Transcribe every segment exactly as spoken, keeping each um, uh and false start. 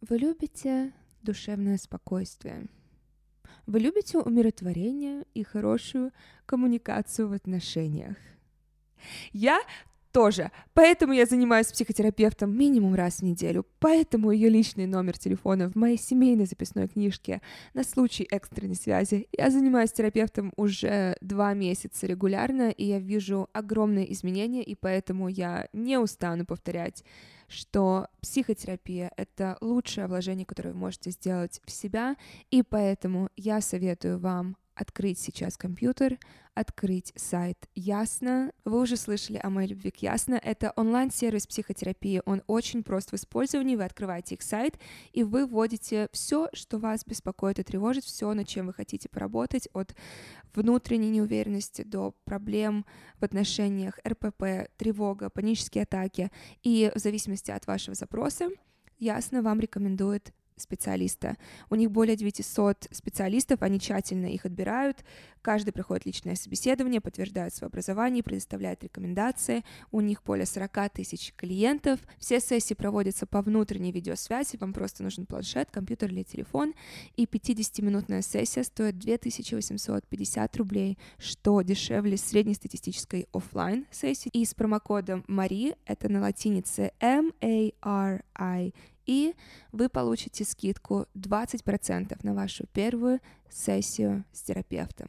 Вы любите душевное спокойствие. Вы любите умиротворение и хорошую коммуникацию в отношениях. Я тоже. Поэтому я занимаюсь психотерапевтом минимум раз в неделю. Поэтому ее личный номер телефона в моей семейной записной книжке на случай экстренной связи. Я занимаюсь терапевтом уже два месяца регулярно, и я вижу огромные изменения, и поэтому я не устану повторять, что психотерапия — это лучшее вложение, которое вы можете сделать в себя, и поэтому я советую вам открыть сейчас компьютер, открыть сайт Ясно. Вы уже слышали о моей любви к Ясно. Это онлайн-сервис психотерапии. Он очень прост в использовании. Вы открываете их сайт, и вы вводите все, что вас беспокоит и тревожит, все, над чем вы хотите поработать, от внутренней неуверенности до проблем в отношениях, эр пэ пэ, тревога, панические атаки. И в зависимости от вашего запроса Ясно вам рекомендует специалиста. У них более девятьсот специалистов, они тщательно их отбирают, каждый проходит личное собеседование, подтверждает свое образование, предоставляет рекомендации, у них более сорок тысяч клиентов, все сессии проводятся по внутренней видеосвязи, вам просто нужен планшет, компьютер или телефон, и пятидесятиминутная сессия стоит две тысячи восемьсот пятьдесят рублей, что дешевле среднестатистической офлайн сессии, и с промокодом Мари, это на латинице эм эй ар ай, и вы получите скидку двадцать процентов на вашу первую сессию с терапевтом.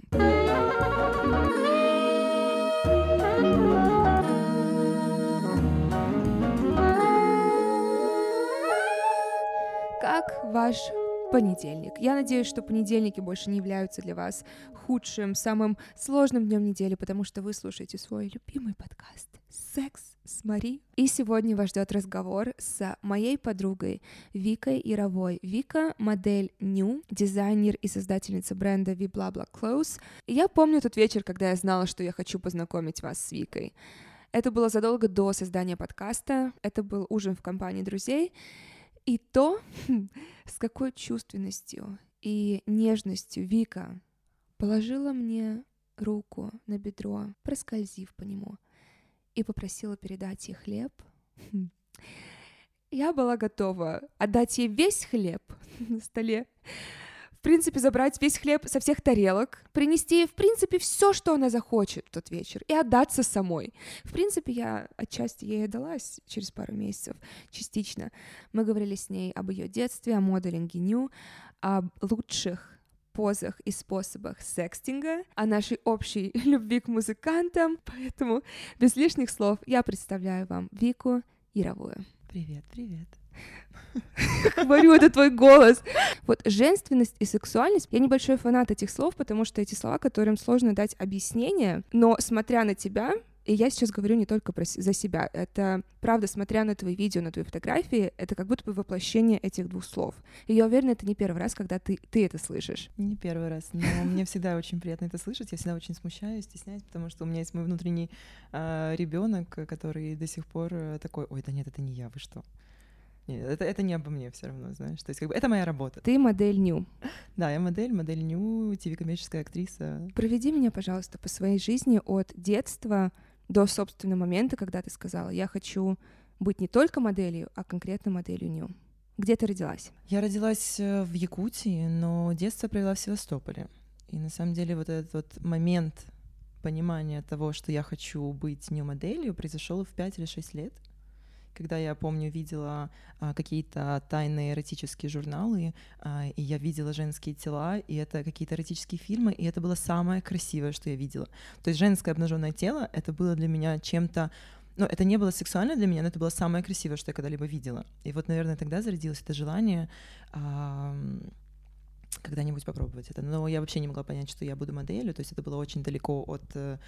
Как ваш понедельник? Я надеюсь, что понедельники больше не являются для вас худшим, самым сложным днем недели, потому что вы слушаете свой любимый подкаст «Секс с Мари». И сегодня вас ждет разговор с моей подругой Викой Яровой. Вика — модель New, дизайнер и создательница бренда ви бла бла Clothes. И я помню тот вечер, когда я знала, что я хочу познакомить вас с Викой. Это было задолго до создания подкаста, это был ужин в компании друзей, и то, с какой чувственностью и нежностью Вика положила мне руку на бедро, проскользив по нему, и попросила передать ей хлеб. Я была готова отдать ей весь хлеб на столе, в принципе, забрать весь хлеб со всех тарелок, принести ей, в принципе, все, что она захочет в тот вечер, и отдаться самой. В принципе, я отчасти ей отдалась через пару месяцев, частично. Мы говорили с ней об ее детстве, о моделинге New, об лучших позах и способах секстинга, о нашей общей любви к музыкантам. Поэтому без лишних слов я представляю вам Вику Яровую. Привет, привет. Говорю, это твой голос. Вот женственность и сексуальность. Я небольшой фанат этих слов, потому что эти слова, которым сложно дать объяснение, но смотря на тебя, и я сейчас говорю не только про, за себя, это правда, смотря на твои видео, на твои фотографии, это как будто бы воплощение этих двух слов. И я уверена, это не первый раз, когда ты, ты это слышишь. Не первый раз, но мне всегда очень приятно это слышать. Я всегда очень смущаюсь, стесняюсь, потому что у меня есть мой внутренний э, ребенок, который до сих пор такой: ой, да нет, это не я, вы что? Нет, это, это не обо мне все равно, знаешь. То есть как бы это моя работа. Ты модель New. Да, я модель, модель New, ти ви-коммерческая актриса. Проведи меня, пожалуйста, по своей жизни от детства до собственного момента, когда ты сказала: я хочу быть не только моделью, а конкретно моделью New. Где ты родилась? Я родилась в Якутии, но детство провела в Севастополе. И на самом деле вот этот вот момент понимания того, что я хочу быть New моделью, произошел в пять или шесть лет. Когда я, помню, видела а, какие-то тайные эротические журналы, а, и я видела женские тела, и это какие-то эротические фильмы, и это было самое красивое, что я видела. То есть женское обнаженное тело — это было для меня чем-то... Ну, это не было сексуально для меня, но это было самое красивое, что я когда-либо видела. И вот, наверное, тогда зародилось это желание... А, когда-нибудь попробовать это. Но я вообще не могла понять, что я буду моделью, то есть это было очень далеко от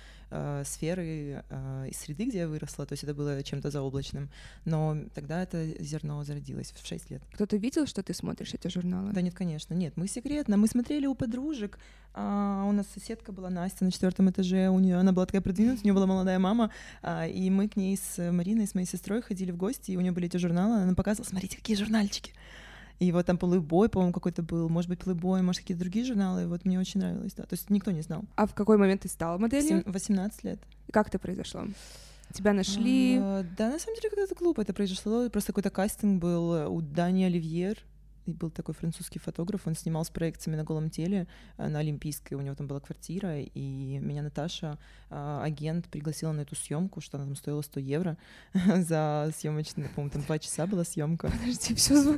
э, сферы э, и среды, где я выросла, то есть это было чем-то заоблачным. Но тогда это зерно зародилось в шесть лет. Кто-то видел, что ты смотришь эти журналы? Да нет, конечно, нет, мы секретно, мы смотрели у подружек, а у нас соседка была Настя на четвертом этаже, у нее она была такая продвинутая, у нее была молодая мама, а, и мы к ней с Мариной, с моей сестрой ходили в гости, и у нее были эти журналы, она нам показывала: смотрите, какие журнальчики. И вот там Playboy, по-моему, какой-то был, может быть, Playboy, может, какие-то другие журналы, и вот мне очень нравилось, да, то есть никто не знал. А в какой момент ты стала моделью? восемнадцать лет. Как это произошло? Тебя нашли? А, да, на самом деле, когда-то глупо это произошло, просто какой-то кастинг был у Дани Оливьер, И был такой французский фотограф, он снимал с проекциями на голом теле на Олимпийской, у него там была квартира, и меня Наташа, агент, пригласила на эту съемку, что она там стоила сто евро за съемочный, по-моему, там два часа была съемка. Подожди, все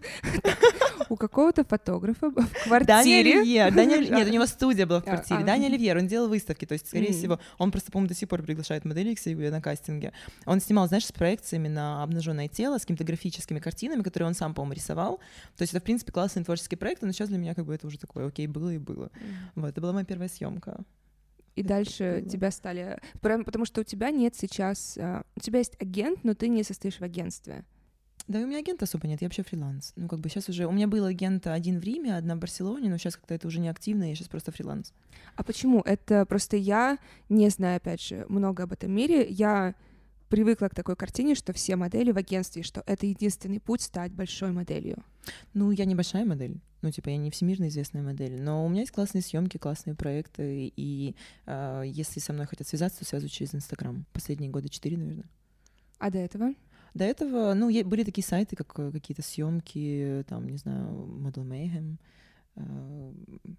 у какого-то фотографа в квартире. Даня Оливьер. Даня... Нет, у него студия была в квартире. А, а. Даня Оливьер, он делал выставки, то есть, скорее mm. всего, он просто, по-моему, до сих пор приглашает моделей к себе на кастинге. Он снимал, знаешь, с проекциями на обнаженное тело, с какими-то графическими картинами, которые он сам, по-моему, рисовал. То есть это, в принципе, классный творческий проект, но сейчас для меня как бы это уже такое, окей, было и было. Mm. Вот, это была моя первая съемка. И это дальше было. Тебя стали... Потому что у тебя нет сейчас... У тебя есть агент, но ты не состоишь в агентстве. Да, у меня агента особо нет, я вообще фриланс. Ну, как бы сейчас уже... У меня был агент один в Риме, одна в Барселоне, но сейчас как-то это уже не активно, я сейчас просто фриланс. А почему? Это просто я, не знаю, опять же, много об этом мире, я привыкла к такой картине, что все модели в агентстве, что это единственный путь стать большой моделью. Ну, я небольшая модель. Ну, типа, я не всемирно известная модель, но у меня есть классные съемки, классные проекты, и э, если со мной хотят связаться, то связывают через Инстаграм. Последние года четыре, наверное. А до этого? До этого, ну, были такие сайты, как какие-то съемки, там, не знаю, Model Mayhem. Э,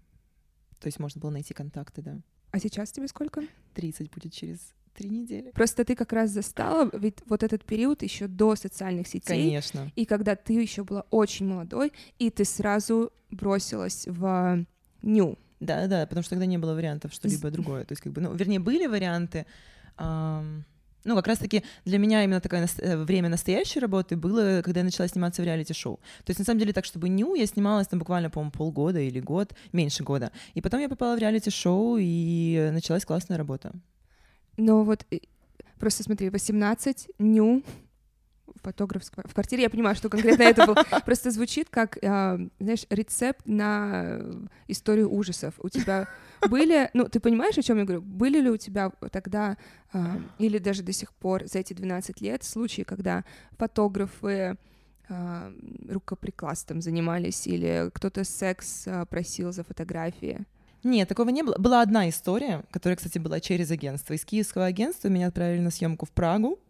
то есть можно было найти контакты, да. А сейчас тебе сколько? тридцать будет через три недели. Просто ты как раз застала ведь вот этот период еще до социальных сетей. Конечно. И когда ты еще была очень молодой, и ты сразу бросилась в ню. Да, да, потому что тогда не было вариантов что-либо другое. То есть, как бы, ну, вернее, были варианты. Эм, ну, как раз-таки для меня именно такое на... время настоящей работы было, когда я начала сниматься в реалити-шоу. То есть, на самом деле, так, чтобы ню, я снималась там буквально, по-моему, полгода или год, меньше года. И потом я попала в реалити-шоу, и началась классная работа. Но вот просто смотри, восемнадцать, ню, фотограф в квартире, я понимаю, что конкретно это был, просто звучит как, знаешь, рецепт на историю ужасов. У тебя были, ну, ты понимаешь, о чем я говорю? Были ли у тебя тогда, или даже до сих пор за эти двенадцать лет случаи, когда фотографы рукоприкладством занимались, или кто-то секс просил за фотографии? Нет, такого не было. Была одна история, которая, кстати, была через агентство. Из киевского агентства меня отправили на съемку в Прагу,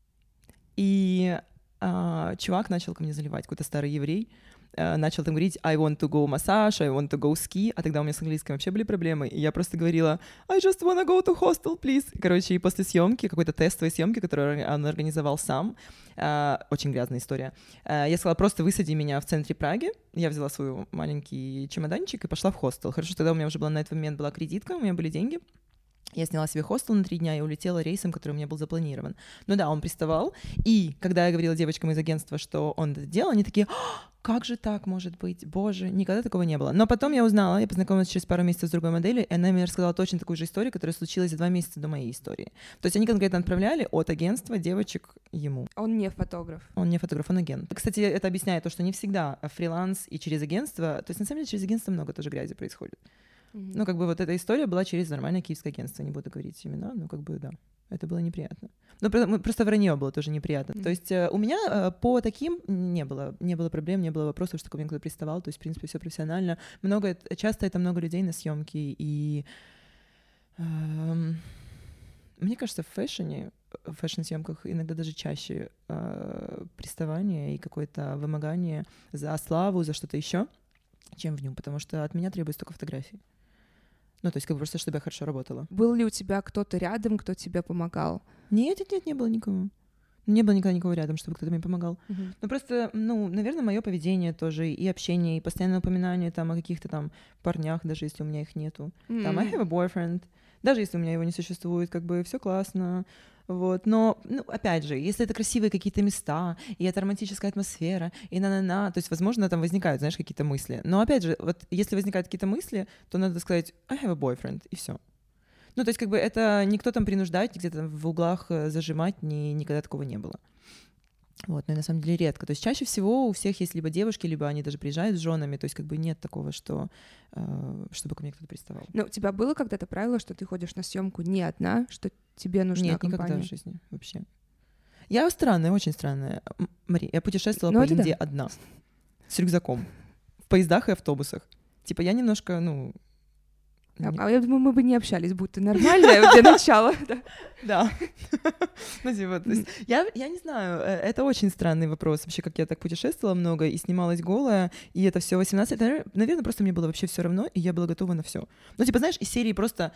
и а, чувак начал ко мне заливать, какой-то старый еврей, а, начал там говорить «I want to go massage, I want to go ski», а тогда у меня с английским вообще были проблемы, и я просто говорила «I just wanna go to hostel, please». Короче, и после съемки, какой-то тестовой съемки, которую он организовал сам, а, очень грязная история, а, я сказала «просто высади меня в центре Праги». Я взяла свой маленький чемоданчик и пошла в хостел. Хорошо, тогда у меня уже была на этот момент была кредитка, у меня были деньги. Я сняла себе хостел на три дня и улетела рейсом, который у меня был запланирован. Ну да, он приставал. И когда я говорила девочкам из агентства, что он это делал, они такие: как же так может быть? Боже, никогда такого не было. Но потом я узнала, я познакомилась через пару месяцев с другой моделью, и она мне рассказала точно такую же историю, которая случилась за два месяца до моей истории. То есть они конкретно отправляли от агентства девочек ему. Он не фотограф. Он не фотограф, он агент. Кстати, это объясняет то, что не всегда фриланс и через агентство, то есть на самом деле через агентство много тоже грязи происходит. Mm-hmm. Ну, как бы вот эта история была через нормальное киевское агентство, не буду говорить имена, но как бы да, это было неприятно. Но просто вранье было тоже неприятно. Mm-hmm. То есть у меня по таким не было, не было проблем, не было вопросов, что ко мне кто-то приставал, то есть, в принципе, все профессионально. Много, часто это много людей на съемке, и эм, мне кажется, в фэшне, в фэшн-съемках иногда даже чаще э, приставание и какое-то вымогание за славу, за что-то еще, чем в нем, потому что от меня требуется только фотографии. Ну, то есть, как бы просто, чтобы я хорошо работала. Был ли у тебя кто-то рядом, кто тебе помогал? Нет, нет, нет, не было никого. Не было никогда никого рядом, чтобы кто-то мне помогал. Uh-huh. Ну, просто, ну, наверное, мое поведение тоже, и общение, и постоянное упоминание там о каких-то там парнях, даже если у меня их нету. Mm-hmm. Там, I have a boyfriend. Даже если у меня его не существует, как бы все классно. Вот, но, ну, опять же, если это красивые какие-то места, и это романтическая атмосфера, и на-на-на, то есть, возможно, там возникают, знаешь, какие-то мысли. Но, опять же, вот если возникают какие-то мысли, то надо сказать I have a boyfriend, и все. Ну, то есть, как бы это никто там принуждает, где-то там в углах зажимать, ни, никогда такого не было. Вот, но на самом деле редко. То есть чаще всего у всех есть либо девушки, либо они даже приезжают с женами, то есть как бы нет такого, что э, чтобы ко мне кто-то приставал. Ну, у тебя было когда-то правило, что ты ходишь на съемку не одна, что тебе нужна нет, компания? Нет, никогда в жизни вообще. Я странная, очень странная. Мари, я путешествовала ну, по Индии да. одна, с рюкзаком, в поездах и автобусах. Типа я немножко, ну, А, а я думаю, мы бы не общались, будто нормально для начала. Да. Ну, типа, то есть, я, я не знаю, это очень странный вопрос, вообще, как я так путешествовала много и снималась голая, и это все восемнадцать, наверное, просто мне было вообще все равно, и я была готова на все. Ну, типа, знаешь, из серии просто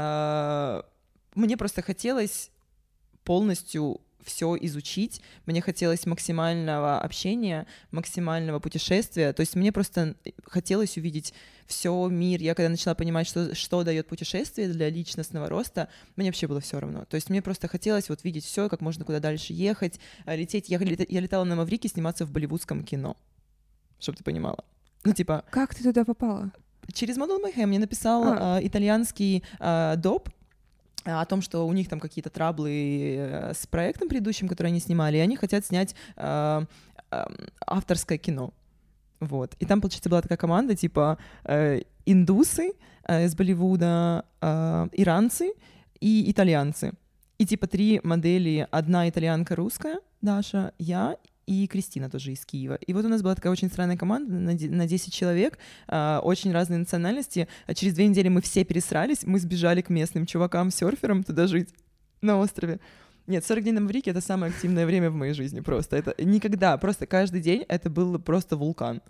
э, мне просто хотелось полностью все изучить, мне хотелось максимального общения, максимального путешествия, то есть мне просто хотелось увидеть все мир. Я когда начала понимать, что, что дает путешествие для личностного роста, мне вообще было все равно. То есть мне просто хотелось вот видеть все, как можно куда дальше ехать, лететь. Я, я летала на Маврике сниматься в болливудском кино, чтобы ты понимала. Ну, типа... Как ты туда попала? Через Model Mayhem мне написал а. э, итальянский э, доп, о том, что у них там какие-то траблы с проектом предыдущим, который они снимали, и они хотят снять э, э, авторское кино. Вот. И там, получается, была такая команда, типа э, индусы э, из Болливуда, э, иранцы и итальянцы. И типа три модели, одна итальянка русская, Даша, я и Кристина тоже из Киева. И вот у нас была такая очень странная команда на десять человек, э, очень разные национальности. А через две недели мы все пересрались, мы сбежали к местным чувакам-серферам туда жить на острове. Нет, сорок дней на Маврике — это самое активное время в моей жизни просто. Это никогда, просто каждый день это был просто вулкан.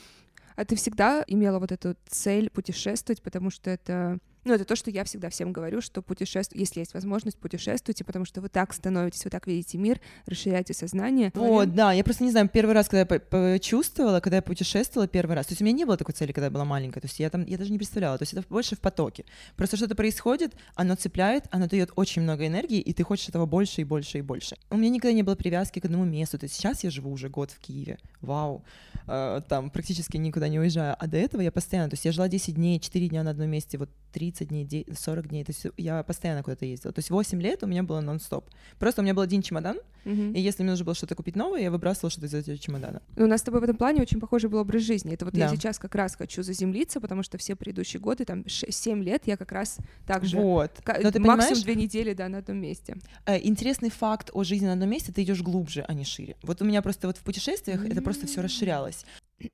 А ты всегда имела вот эту цель путешествовать, потому что это... Ну, это то, что я всегда всем говорю, что путешествуйте, если есть возможность, путешествуйте, потому что вы так становитесь, вы так видите мир, расширяете сознание. Вот, да, я просто не знаю, первый раз, когда я почувствовала, когда я путешествовала первый раз, то есть у меня не было такой цели, когда я была маленькая, то есть я там, я даже не представляла, то есть это больше в потоке. Просто что-то происходит, оно цепляет, оно дает очень много энергии, и ты хочешь этого больше и больше и больше. У меня никогда не было привязки к одному месту, то есть сейчас я живу уже год в Киеве, вау, э, там практически никуда не уезжаю, а до этого я постоянно, то есть я жила десять дней, четыре дня на одном месте, вот тридцать дней, сорок дней, то есть я постоянно куда-то ездила. То есть восемь лет у меня было нон-стоп. Просто у меня был один чемодан, uh-huh. и если мне нужно было что-то купить новое, я выбрасывала что-то из этого чемодана. У нас с тобой в этом плане очень похожий был образ жизни. Это вот да. я сейчас как раз хочу заземлиться, потому что все предыдущие годы, там семь лет, я как раз так же... Вот. Но ты максимум две недели, да, на одном месте. Интересный факт о жизни на одном месте, ты идешь глубже, а не шире. Вот у меня просто вот в путешествиях mm-hmm. это просто все расширялось.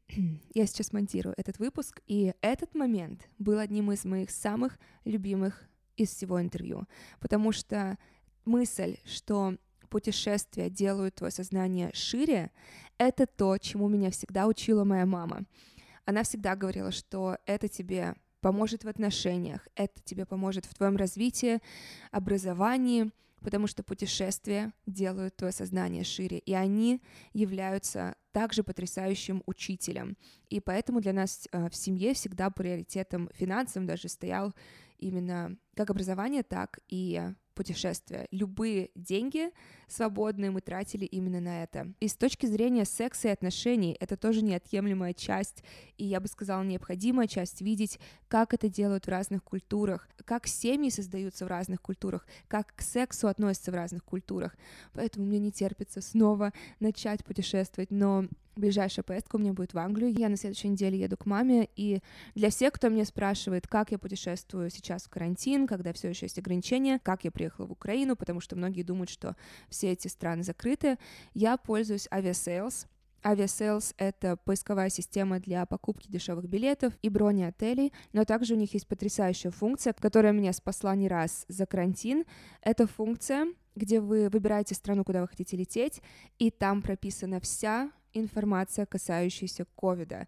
Я сейчас монтирую этот выпуск, и этот момент был одним из моих самых любимых из всего интервью, потому что мысль, что путешествия делают твое сознание шире, это то, чему меня всегда учила моя мама. Она всегда говорила, что это тебе поможет в отношениях, это тебе поможет в твоем развитии, образовании, потому что путешествия делают твое сознание шире, и они являются также потрясающим учителем. И поэтому для нас э, в семье всегда приоритетом финансовым даже стоял именно как образование, так и путешествия. Любые деньги свободные мы тратили именно на это. И с точки зрения секса и отношений, это тоже неотъемлемая часть, и я бы сказала, необходимая часть видеть, как это делают в разных культурах, как семьи создаются в разных культурах, как к сексу относятся в разных культурах. Поэтому мне не терпится снова начать путешествовать, но ближайшая поездка у меня будет в Англию. Я на следующей неделе еду к маме, и для всех, кто меня спрашивает, как я путешествую сейчас в карантин, когда все еще есть ограничения, как я приехала в Украину, потому что многие думают, что все эти страны закрыты, я пользуюсь Aviasales. Aviasales — это поисковая система для покупки дешевых билетов и брони отелей, но также у них есть потрясающая функция, которая меня спасла не раз за карантин. Это функция, где вы выбираете страну, куда вы хотите лететь, и там прописана вся информация, касающаяся ковида.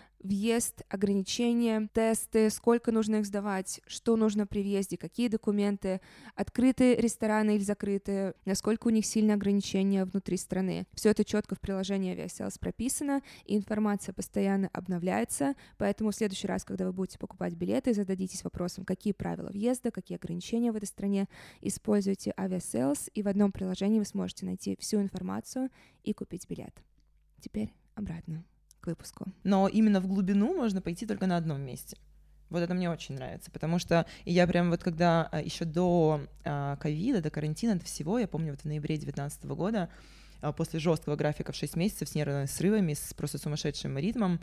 Въезд, ограничения, тесты, сколько нужно их сдавать, что нужно при въезде, какие документы, открытые рестораны или закрытые, насколько у них сильные ограничения внутри страны. Все это четко в приложении Aviasales прописано, и информация постоянно обновляется, поэтому в следующий раз, когда вы будете покупать билеты, зададитесь вопросом, какие правила въезда, какие ограничения в этой стране, используйте Aviasales, и в одном приложении вы сможете найти всю информацию и купить билет. Теперь обратно к выпуску. Но именно в глубину можно пойти только на одном месте. Вот это мне очень нравится, потому что я прям вот когда еще до ковида, до карантина, до всего, я помню, вот в ноябре две тысячи девятнадцатого года, после жесткого графика в шесть месяцев с нервными срывами, с просто сумасшедшим ритмом,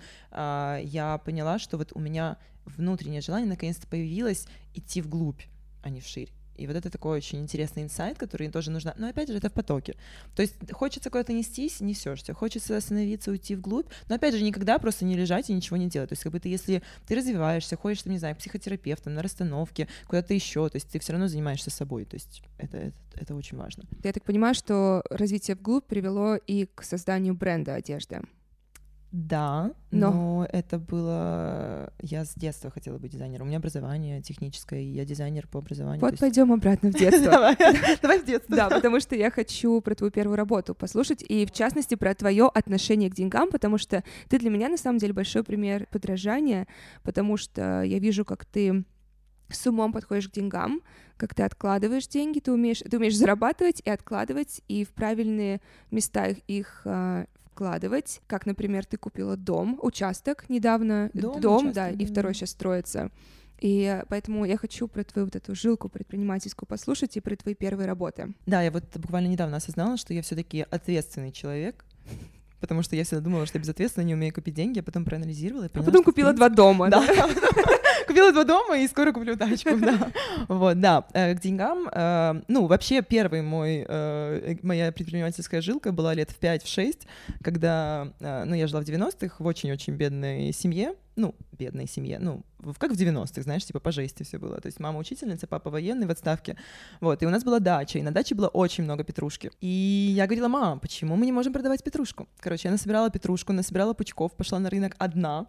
я поняла, что вот у меня внутреннее желание наконец-то появилось идти вглубь, а не вширь. И вот это такой очень интересный инсайт, который тоже нужно... Но опять же, это в потоке. То есть хочется куда-то нестись, несешься. Хочется остановиться, уйти вглубь. Но опять же, никогда просто не лежать и ничего не делать. То есть как бы ты, если ты развиваешься, ходишь, там, не знаю, к психотерапевтам, на расстановке, куда-то еще, то есть ты все равно занимаешься собой. То есть это, это, это очень важно. Я так понимаю, что развитие вглубь привело и к созданию бренда одежды. Да, но... но это было... Я с детства хотела быть дизайнером. У меня образование техническое, и я дизайнер по образованию. Вот есть... пойдем обратно в детство. Давай в детство. Да, потому что я хочу про твою первую работу послушать, и в частности про твое отношение к деньгам, потому что ты для меня на самом деле большой пример подражания, потому что я вижу, как ты с умом подходишь к деньгам, как ты откладываешь деньги, ты умеешь, ты умеешь зарабатывать и откладывать, и в правильные места их, их а, вкладывать. Как, например, ты купила дом, участок недавно, Дом, дом участок, да, да, и второй да. сейчас строится. И поэтому я хочу про твою вот эту жилку предпринимательскую послушать и про твои первые работы. Да, я вот буквально недавно осознала, что я все-таки ответственный человек, потому что я всегда думала, что я безответственно не умею купить деньги, а потом проанализировала и поняла, А потом что, купила в принципе, два дома, да? да? Купила два дома и скоро куплю тачку, да. Вот, да. К деньгам, ну, вообще первый мой, моя предпринимательская жилка была лет в пять-шесть, когда, ну, я жила в девяностых в очень-очень бедной семье, ну, бедной семье, ну, как в девяностых, знаешь, типа по жести все было. То есть мама учительница, папа военный в отставке. Вот, и у нас была дача, и на даче было очень много петрушки. И я говорила: мам, почему мы не можем продавать петрушку? Короче, я насобирала петрушку, насобирала пучков, пошла на рынок одна,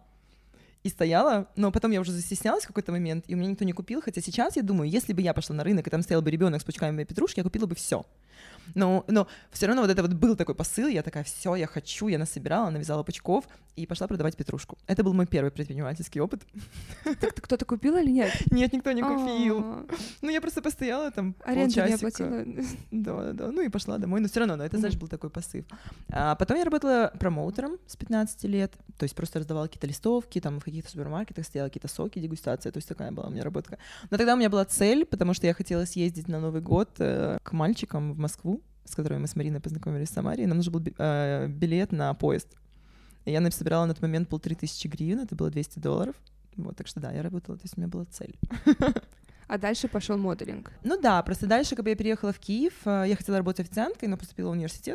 и стояла, но потом я уже застеснялась в какой-то момент, и у меня никто не купил, хотя сейчас я думаю, если бы я пошла на рынок, и там стоял бы ребенок с пучками петрушки, я купила бы все. Но, но все равно вот это вот был такой посыл, я такая: все, я хочу, я насобирала, навязала пучков и пошла продавать петрушку. Это был мой первый предпринимательский опыт. Так кто-то купил или нет? Нет, никто не купил. Ну, я просто постояла там полчасика. Аренду не оплатила. Да, да, ну и пошла домой, но все равно, но это, знаешь, был такой посыл. А потом я работала промоутером с пятнадцати лет, то есть просто раздавала какие-то листовки, там в каких-то супермаркетах стояла какие-то соки, дегустация, то есть такая была у меня работа. Но тогда у меня была цель, потому что я хотела съездить на Новый год э, к мальчикам в Москву, с которыми мы с Мариной познакомились в Самаре, и нам нужен был э, билет на поезд. И я собирала на тот момент полторы тысячи гривен, это было двести долларов. Вот, так что да, я работала, то есть у меня была цель. А дальше пошел моделинг. Ну да, просто дальше, когда я переехала в Киев, я хотела работать официанткой, но поступила в университет.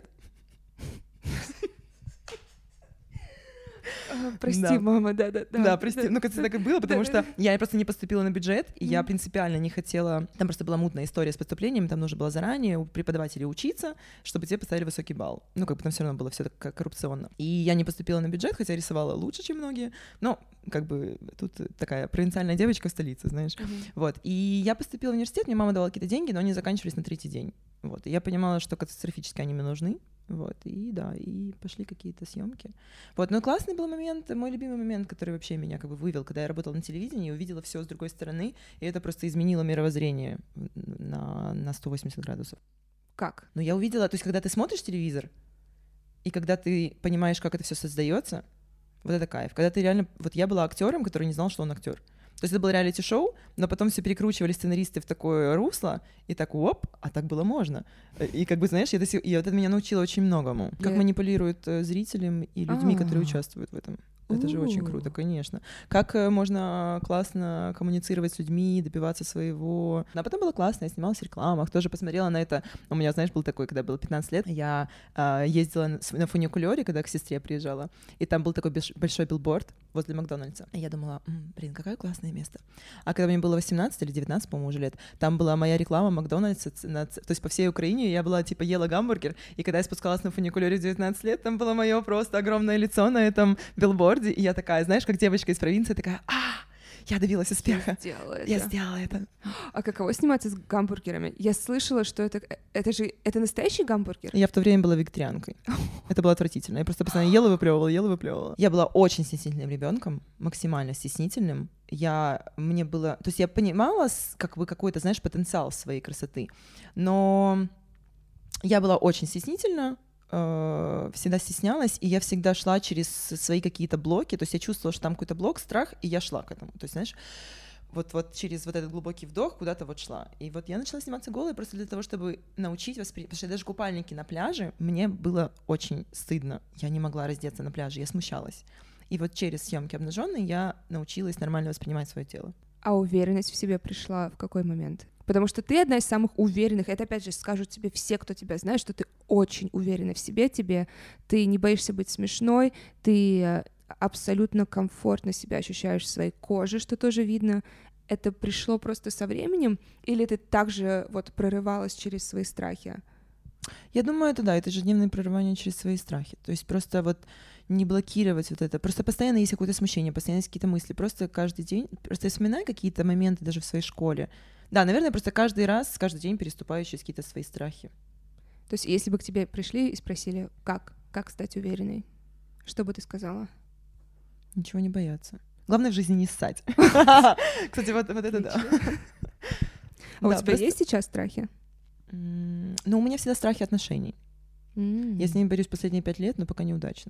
Прости, да. мама, да-да-да. Да, прости, да. Ну, как-то так и было, потому что я просто не поступила на бюджет, и mm. я принципиально не хотела... Там просто была мутная история с поступлением, там нужно было заранее у преподавателей учиться, чтобы тебе поставили высокий балл. Ну, как бы там все равно было все так коррупционно. И я не поступила на бюджет, хотя рисовала лучше, чем многие, но как бы тут такая провинциальная девочка в столице, знаешь. Mm-hmm. Вот, и я поступила в университет, мне мама давала какие-то деньги, но они заканчивались на третий день. Вот, и я понимала, что катастрофически они мне нужны. Вот, и да, и пошли какие-то съемки. Вот, но классный был момент, мой любимый момент, который вообще меня как бы вывел, когда я работала на телевидении, увидела все с другой стороны, и это просто изменило мировоззрение на, на сто восемьдесят градусов. Как? Ну, я увидела, то есть, когда ты смотришь телевизор, и когда ты понимаешь, как это все создается, вот это кайф. Когда ты реально... Вот я была актером, который не знал, что он актер. То есть это было реалити-шоу, но потом все перекручивали сценаристы в такое русло, и так, оп, а так было можно. И как бы, знаешь, это, и вот это меня научило очень многому. Как yeah. манипулируют зрителем и людьми, ah. которые участвуют в этом. Это же очень круто, конечно. Как можно классно коммуницировать с людьми, добиваться своего. А потом было классно, я снималась в рекламах, тоже посмотрела на это. У меня, знаешь, был такой, когда было пятнадцать лет, я э, ездила на, на фуникулёре, когда к сестре приезжала, и там был такой большой билборд возле Макдональдса. И я думала, м-м, блин, какое классное место. А когда мне было восемнадцать или девятнадцать, по-моему, уже лет, там была моя реклама Макдональдса, на, то есть по всей Украине я была, типа, ела гамбургер, и когда я спускалась на фуникулёре в девятнадцать лет, там было мое просто огромное лицо на этом билборде. И я такая, знаешь, как девочка из провинции, такая: а, я добилась успеха. Я сделала это. Я сделала это. А каково сниматься с гамбургерами? Я слышала, что это, это же, это настоящий гамбургер? Я в то время была вегетарианкой. Это было отвратительно. Я просто постоянно ела, выплевывала, ела, выплевывала. Я была очень стеснительным ребенком, максимально стеснительным. Я, мне было, то есть я понимала, как бы какой-то, знаешь, потенциал своей красоты, но я была очень стеснительна, всегда стеснялась, и я всегда шла через свои какие-то блоки, то есть я чувствовала, что там какой-то блок, страх, и я шла к этому, то есть, знаешь, вот, вот через вот этот глубокий вдох куда-то вот шла. И вот я начала сниматься голой просто для того, чтобы научить воспринимать, потому что даже купальники на пляже, мне было очень стыдно, я не могла раздеться на пляже, я смущалась. И вот через съемки обнаженной я научилась нормально воспринимать свое тело. А уверенность в себе пришла в какой момент? Потому что ты одна из самых уверенных. Это, опять же, скажут тебе все, кто тебя знает, что ты очень уверена в себе, тебе, ты не боишься быть смешной, ты абсолютно комфортно себя ощущаешь в своей коже, что тоже видно. Это пришло просто со временем, или ты также вот прорывалась через свои страхи? Я думаю, это да, это ежедневное прорывание через свои страхи. То есть просто вот не блокировать вот это. Просто постоянно есть какое-то смущение, постоянно есть какие-то мысли. Просто каждый день, просто я вспоминаю какие-то моменты даже в своей школе. Да, наверное, просто каждый раз, каждый день переступаю через какие-то свои страхи. То есть если бы к тебе пришли и спросили, как, как стать уверенной, что бы ты сказала? Ничего не бояться. Главное в жизни не ссать. Кстати, вот это да. А у тебя есть сейчас страхи? Ну, у меня всегда страхи отношений. Я с ними борюсь последние пять лет, но пока неудачно.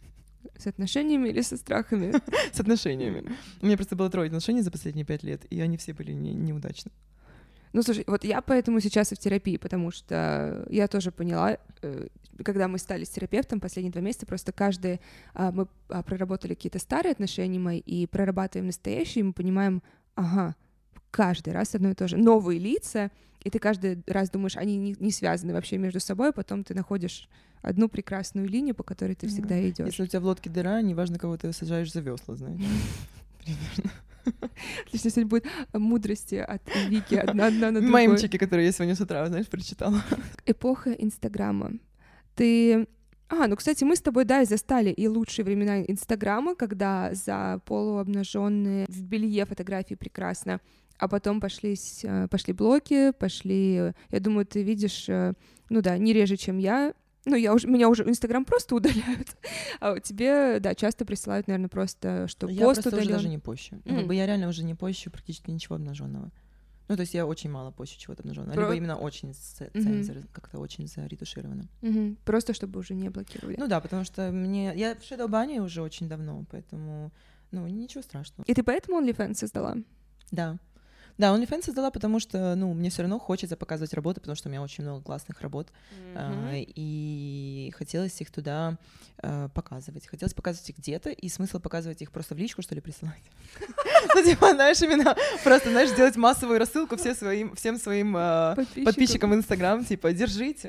С отношениями или со страхами? С отношениями. У меня просто было трое отношений за последние пять лет, и они все были не, неудачны. Ну, слушай, вот я поэтому сейчас и в терапии, потому что я тоже поняла, когда мы стали с терапевтом последние два месяца, просто каждый... Мы проработали какие-то старые отношения мои и прорабатываем настоящие, и мы понимаем, ага, каждый раз одно и то же. Новые лица, и ты каждый раз думаешь, они не, не связаны вообще между собой, потом ты находишь одну прекрасную линию, по которой ты всегда mm-hmm. идешь. Если у тебя в лодке дыра, неважно, кого ты сажаешь за весла, знаешь. Примерно. Отлично, сегодня будет мудрости от Вики одна, одна на другой. Мемчики, которые я сегодня с утра, знаешь, прочитала. Эпоха Инстаграма. Ты... А, ну, кстати, мы с тобой, да, и застали и лучшие времена Инстаграма, когда за полуобнаженные в белье фотографии прекрасно, а потом пошли, пошли блоки, пошли... Я думаю, ты видишь, ну да, не реже, чем я. Ну, я уже, меня уже Инстаграм просто удаляют, а тебе, да, часто присылают, наверное, просто, что я пост удалён. Я просто удалён. уже даже не пощу. Mm. Ну, как бы я реально уже не пощу практически ничего обнаженного. Ну, то есть я очень мало пощу чего-то обнаженного, Про... либо именно очень цензор, mm-hmm. как-то очень заретушировано. Mm-hmm. Просто чтобы уже не блокировали. Ну да, потому что мне... Я в шэдоу-бане уже очень давно, поэтому, ну, ничего страшного. И ты поэтому OnlyFans создала? Да. Да, OnlyFans создала, потому что, ну, мне все равно хочется показывать работы, потому что у меня очень много классных работ, mm-hmm. а, и хотелось их туда а, показывать. Хотелось показывать их где-то, и смысл показывать их просто в личку, что ли, присылать. Ну, типа, знаешь, именно просто, знаешь, делать массовую рассылку всем своим подписчикам в Инстаграм, типа, держите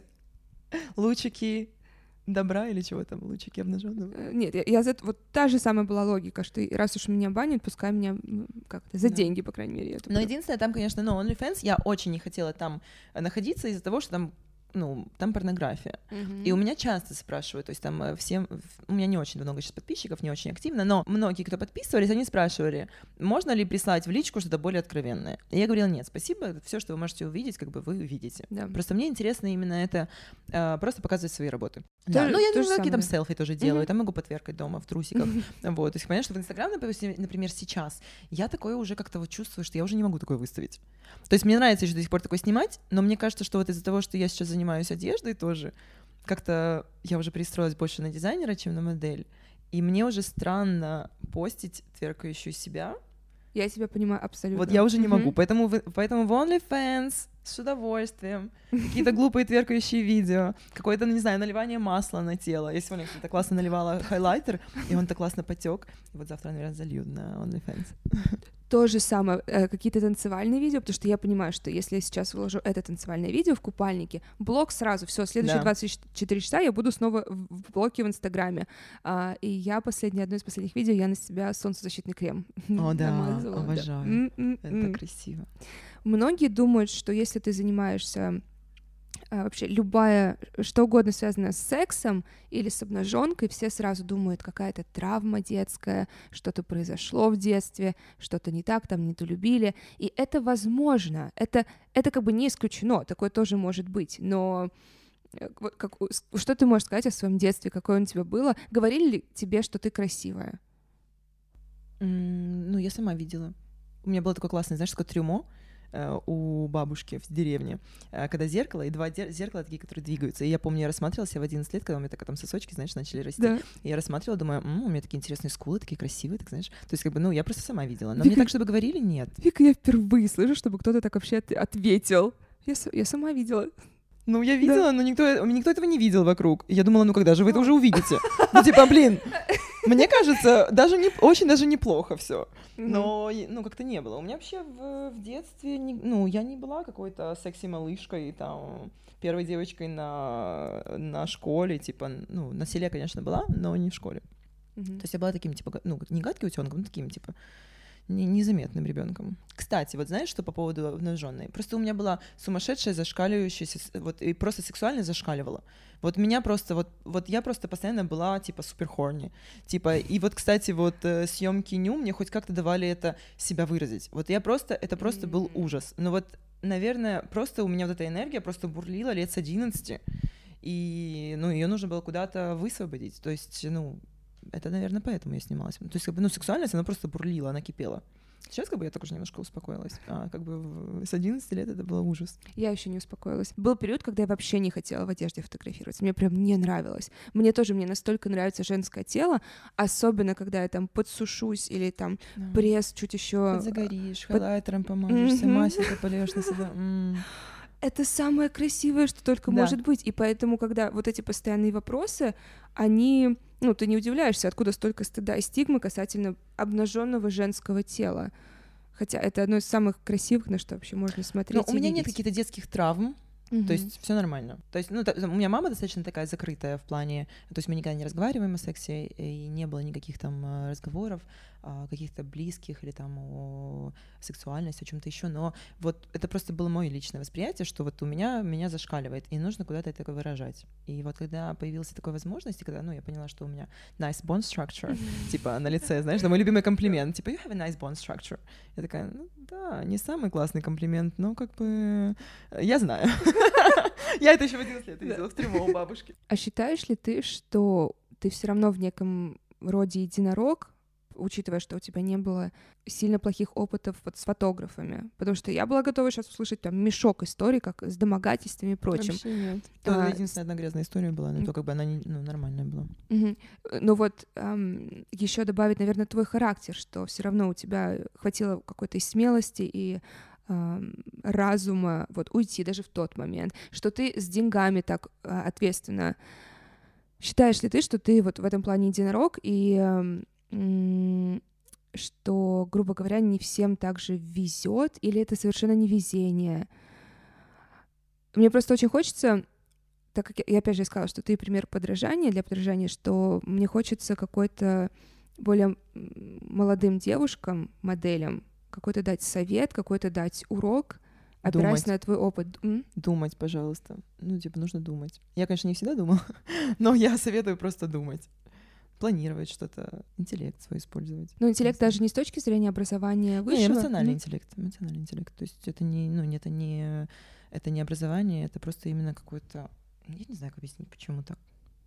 лучики добра или чего там, лучики обнаженного. Нет, я, я за вот та же самая была логика, что раз уж меня банят, пускай меня как-то за да. деньги, по крайней мере. Но единственное, там, конечно, ну, OnlyFans, я очень не хотела там находиться из-за того, что там, ну, там порнография. Uh-huh. И у меня часто спрашивают, то есть там всем... У меня не очень много сейчас подписчиков, не очень активно, но многие, кто подписывались, они спрашивали, можно ли прислать в личку что-то более откровенное. И я говорила, нет, спасибо, все, что вы можете увидеть, как бы вы увидите. Да. Просто мне интересно именно это, э, просто показывать свои работы. То, да. Ну, я думаю, какие там селфи тоже делаю, uh-huh. там могу потверкать дома в трусиках. Uh-huh. Вот, то есть, понятно, что в Инстаграм, например, сейчас, я такое уже как-то вот чувствую, что я уже не могу такое выставить. То есть мне нравится еще до сих пор такое снимать, но мне кажется, что вот из-за того, что я сейчас занимаюсь одеждой тоже, как-то я уже перестроилась больше на дизайнера, чем на модель, и мне уже странно постить тверкающую себя. Я тебя понимаю абсолютно. Вот я уже не могу, поэтому, поэтому в OnlyFans с удовольствием, какие-то глупые тверкающие видео, какое-то, не знаю, наливание масла на тело. Я сегодня как-то классно наливала хайлайтер, и он так классно потек. И вот завтра, наверное, залью на OnlyFans. То же самое, э, какие-то танцевальные видео, потому что я понимаю, что если я сейчас выложу это танцевальное видео в купальнике, блок сразу, все, следующие да. двадцать четыре часа я буду снова в блоке в Инстаграме. А, и я последнее, одно из последних видео, я на себя солнцезащитный крем О, да, обожаю. Да. Это красиво. Многие думают, что если ты занимаешься а, вообще любая, что угодно связанное с сексом или с обнаженкой, все сразу думают, какая-то травма детская, что-то произошло в детстве, что-то не так, там недолюбили. И это возможно, это, это как бы не исключено, такое тоже может быть, но как, что ты можешь сказать о своем детстве, какое оно у тебя было? Говорили ли тебе, что ты красивая? Mm, ну, я сама видела. У меня было такое классное, знаешь, такое трюмо у бабушки в деревне, когда зеркало, и два зеркала такие, которые двигаются. И я помню, я рассматривала себя в одиннадцать лет, когда у меня так, там сосочки, знаешь, начали расти. Да. И я рассматривала, думаю, м-м, у меня такие интересные скулы, такие красивые, так знаешь. То есть, как бы, ну, я просто сама видела. Но Вика, мне так, чтобы говорили, нет. Вика, я впервые слышу, чтобы кто-то так вообще ответил. Я, я сама видела. Ну, я видела, да. но никто, никто этого не видел вокруг. Я думала, ну когда же вы это уже увидите? Ну, типа, блин, мне кажется, даже не, очень даже неплохо все. Но, ну, как-то не было. У меня вообще в, в детстве, не, ну, я не была какой-то секси-малышкой, там, первой девочкой на, на школе, типа, ну, на селе, конечно, была, но не в школе. Mm-hmm. То есть я была таким, типа, ну, не гадким утенком, но таким, типа, незаметным ребенком. Кстати, вот знаешь, что по поводу обнаженной? Просто у меня была сумасшедшая, зашкаливающаяся, вот и просто сексуально зашкаливала. Вот меня просто, вот, вот я просто постоянно была, типа, супер хорни. Типа, и вот, кстати, вот э, съемки ню мне хоть как-то давали это себя выразить. Вот я просто, это просто был ужас. Но вот, наверное, просто у меня вот эта энергия просто бурлила лет с одиннадцати, и, ну, ее нужно было куда-то высвободить. То есть, ну, это, наверное, поэтому я снималась. То есть, как бы, ну, сексуальность, она просто бурлила, она кипела. Сейчас как бы я тоже немножко успокоилась, а как бы с одиннадцати лет это был ужас. Я еще не успокоилась. Был период, когда я вообще не хотела в одежде фотографироваться. Мне прям не нравилось. Мне тоже, мне настолько нравится женское тело, особенно когда я там подсушусь или там да. пресс чуть еще. Подзагоришь, под... хайлайтером помажешься, mm-hmm. маселька польешь на себя. Mm. Это самое красивое, что только да. может быть. И поэтому, когда вот эти постоянные вопросы, они... Ну, ты не удивляешься, откуда столько стыда и стигмы касательно обнаженного женского тела. Хотя это одно из самых красивых, на что вообще можно смотреть. Но у меня видеть. нет каких-то детских травм. Mm-hmm. То есть все нормально. То есть, ну, та, у меня мама достаточно такая закрытая в плане, то есть мы никогда не разговариваем о сексе, и не было никаких там разговоров о каких-то близких или там о сексуальности, о чем-то еще, но вот это просто было мое личное восприятие, что вот у меня меня зашкаливает, и нужно куда-то это выражать. И вот когда появилась такая возможность, и когда, ну, я поняла, что у меня nice bone structure, mm-hmm. типа на лице, знаешь, это мой любимый комплимент, типа you have a nice bone structure. Я такая, ну, да, не самый классный комплимент, но как бы я знаю. Я это еще в одиннадцать лет видела в трюмо у бабушки. А считаешь ли ты, что ты все равно в неком роде единорог, учитывая, что у тебя не было сильно плохих опытов вот с фотографами? Потому что я была готова сейчас услышать там мешок историй, как с домогательствами и прочим. Вообще нет. А, единственная одна грязная история была, но то как бы она не, ну, нормальная была. Угу. Ну вот эм, еще добавить, наверное, твой характер, что все равно у тебя хватило какой-то смелости и разума вот уйти даже в тот момент, что ты с деньгами так а, ответственно. Считаешь ли ты, что ты вот в этом плане единорог, и м- что, грубо говоря, не всем так же везет, или это совершенно не везение? Мне просто очень хочется, так как я, я опять же сказала, что ты пример подражания для подражания, что мне хочется какой-то более молодым девушкам, моделям, какой-то дать совет, какой-то дать урок, опираясь думать. На твой опыт. М? Думать, пожалуйста. Ну, типа, нужно думать. Я, конечно, не всегда думала, но я советую просто думать. Планировать что-то, интеллект свой использовать. Ну, интеллект даже не с точки зрения образования высшего? Не, эмоциональный mm-hmm. интеллект. Эмоциональный интеллект. То есть это не, ну, это не, это не образование, это просто именно какое-то... Я не знаю, как объяснить, почему так.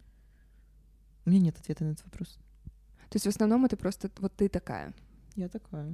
У меня нет ответа на этот вопрос. То есть в основном это просто вот ты такая? Я такая.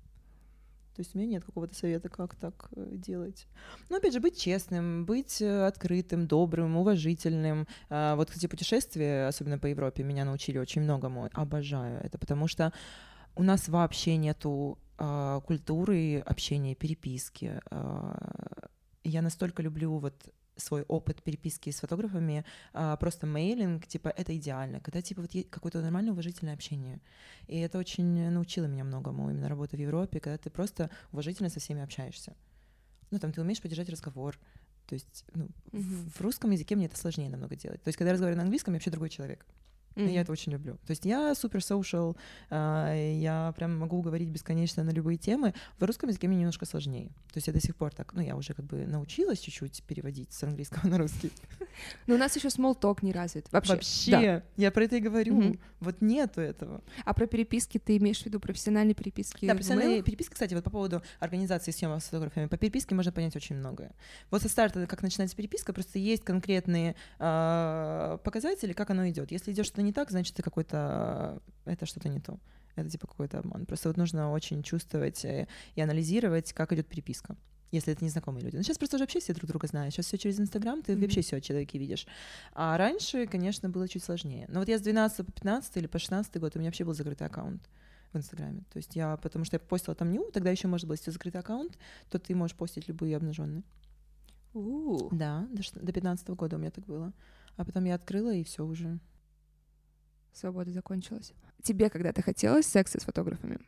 То есть у меня нет какого-то совета, как так делать. Но, опять же, быть честным, быть открытым, добрым, уважительным. Вот, кстати, путешествия, особенно по Европе, меня научили очень многому. Обожаю это, потому что у нас вообще нету а, культуры общения, переписки. А, я настолько люблю вот свой опыт переписки с фотографами, а, просто мейлинг, типа, это идеально, когда, типа, вот есть какое-то нормальное уважительное общение. И это очень научило меня многому, именно работа в Европе, когда ты просто уважительно со всеми общаешься. Ну, там, ты умеешь поддержать разговор. То есть, ну, mm-hmm. в, в русском языке мне это сложнее намного делать. То есть, когда я разговариваю на английском, я вообще другой человек. Mm-hmm. И я это очень люблю. То есть я супер social, э, я прям могу говорить бесконечно на любые темы. В русском языке мне немножко сложнее. То есть я до сих пор так, ну, я уже как бы научилась чуть-чуть переводить с английского на русский. Но у нас еще small talk не развит. Вообще. Вообще. Да. Я про это и говорю. Mm-hmm. Вот нету этого. А про переписки ты имеешь в виду профессиональные переписки? Да, профессиональные переписки, кстати, вот по поводу организации съемок с фотографами. По переписке можно понять очень многое. Вот со старта, как начинается переписка, просто есть конкретные э, показатели, как оно идет. Если идет что-то не так, значит, это какой-то, это что-то не то. Это типа какой-то обман. Просто вот нужно очень чувствовать и анализировать, как идет переписка, если это незнакомые люди. Но сейчас просто уже вообще все друг друга знают. Сейчас все через Инстаграм, ты mm-hmm. вообще все о человеке видишь. А раньше, конечно, было чуть сложнее. Но вот я с двенадцатого по пятнадцатый или по шестнадцатый год у меня вообще был закрытый аккаунт в Инстаграме. То есть я, потому что я постила там ню, тогда еще может быть, если закрытый аккаунт, то ты можешь постить любые обнаженные. У. Да, до, ш- до пятнадцатого года у меня так было. А потом я открыла, и все уже. Свобода закончилась. Тебе когда-то хотелось секса с фотографами?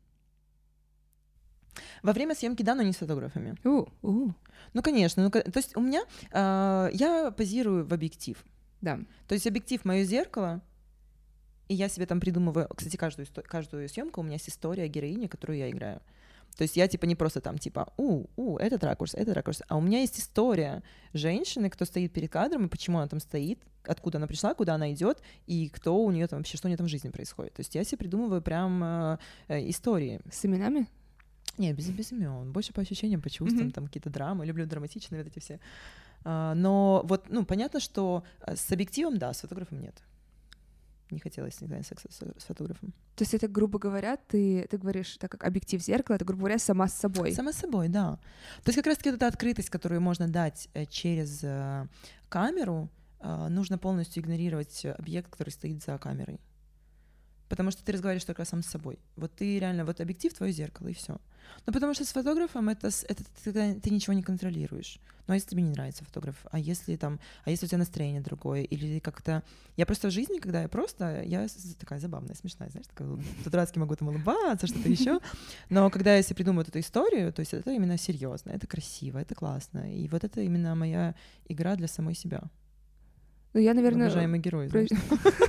Во время съемки, да, но не с фотографами. У, у. Ну, конечно. Ну, ка- то есть у меня... а, я позирую в объектив. Да. То есть объектив — мое зеркало, и я себе там придумываю... Кстати, каждую, исто- каждую съемку у меня есть история героини, которую я играю. То есть я типа не просто там типа у, у, этот ракурс, этот ракурс, а у меня есть история женщины, кто стоит перед кадром, и почему она там стоит, откуда она пришла, куда она идет, и кто у нее там вообще, что у нее там в жизни происходит. То есть я себе придумываю прям э, э, истории. С именами? Не, без, без имен, больше по ощущениям, по чувствам, Мгм. там какие-то драмы, люблю драматичные вот эти все. А, но вот, ну, понятно, что э, с объективом, да, с фотографом нет. Не хотелось никогда секса с, с фотографом. То есть это, грубо говоря, ты, ты говоришь, так как объектив зеркала, это, грубо говоря, сама с собой. Сама собой, да. То есть как раз-таки вот эта открытость, которую можно дать э, через э, камеру, э, нужно полностью игнорировать объект, который стоит за камерой. Потому что ты разговариваешь только сам с собой. Вот ты реально, вот объектив — твое зеркало, и все. Но потому что с фотографом это, с- это ты, ты- ты ничего не контролируешь. Ну, а если тебе не нравится фотограф, а если там, а если у тебя настроение другое, или как-то... Я просто в жизни, когда я просто, я с- такая забавная, смешная, знаешь, такая, по-дурацки могу там улыбаться, что-то еще. Но когда я себе придумаю эту историю, то есть это именно серьезно, это красиво, это классно. И вот это именно моя игра для самой себя. Ну, я, наверное... Уважаемый герой, про- знаешь.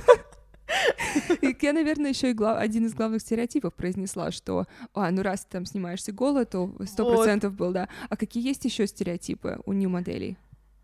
И Я, наверное, еще и глав- один из главных стереотипов произнесла, что, а, ну раз ты там снимаешься голо, то сто процентов был, да. А какие есть еще стереотипы у нью-моделей?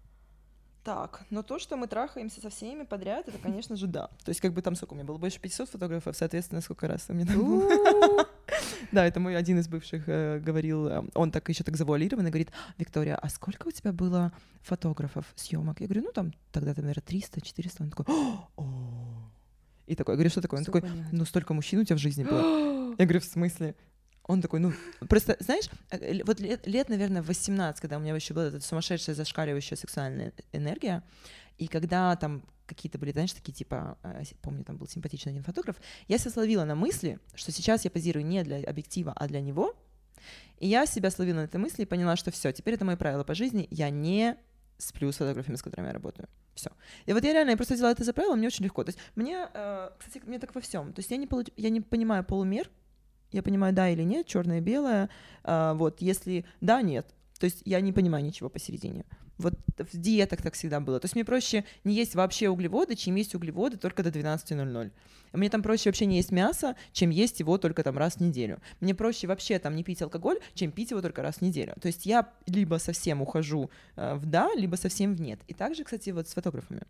Так, но то, что мы трахаемся со всеми подряд, это, конечно же, да. То есть, как бы там сколько у меня было? Больше пятисот фотографов, соответственно, сколько раз у меня там было. Да, это мой один из бывших э, говорил, э, он так еще так завуалированно говорит: Виктория, а сколько у тебя было фотографов, съемок? Я говорю, ну там тогда-то, наверное, триста-четыреста. Он такой: «О». И такой, я говорю, что такое? Он Всё такой: понятно. ну столько мужчин у тебя в жизни было. Я говорю, в смысле? Он такой, ну, просто, знаешь, э, л- вот лет, лет, наверное, восемнадцать, когда у меня еще была эта сумасшедшая, зашкаливающая сексуальная энергия, и когда там какие-то были, знаешь, такие типа, э, с- помню, там был симпатичный один фотограф, я себя словила на мысли, что сейчас я позирую не для объектива, а для него, и я себя словила на этой мысли и поняла, что все, теперь это мое правило по жизни, я не сплю с фотографами, с которыми я работаю. Все. И вот я реально, я просто взяла это за правило, мне очень легко. То есть мне, э, кстати, мне так во всем. То есть я не, получ- я не понимаю полумер, я понимаю, да или нет, черное и белое. А, вот, если да, нет. То есть я не понимаю ничего посередине. Вот в диетах так всегда было. То есть мне проще не есть вообще углеводы, чем есть углеводы только до двенадцати ноль-ноль. Мне там проще вообще не есть мясо, чем есть его только там раз в неделю. Мне проще вообще там не пить алкоголь, чем пить его только раз в неделю. То есть я либо совсем ухожу э, в да, либо совсем в нет. И также, кстати, вот с фотографами.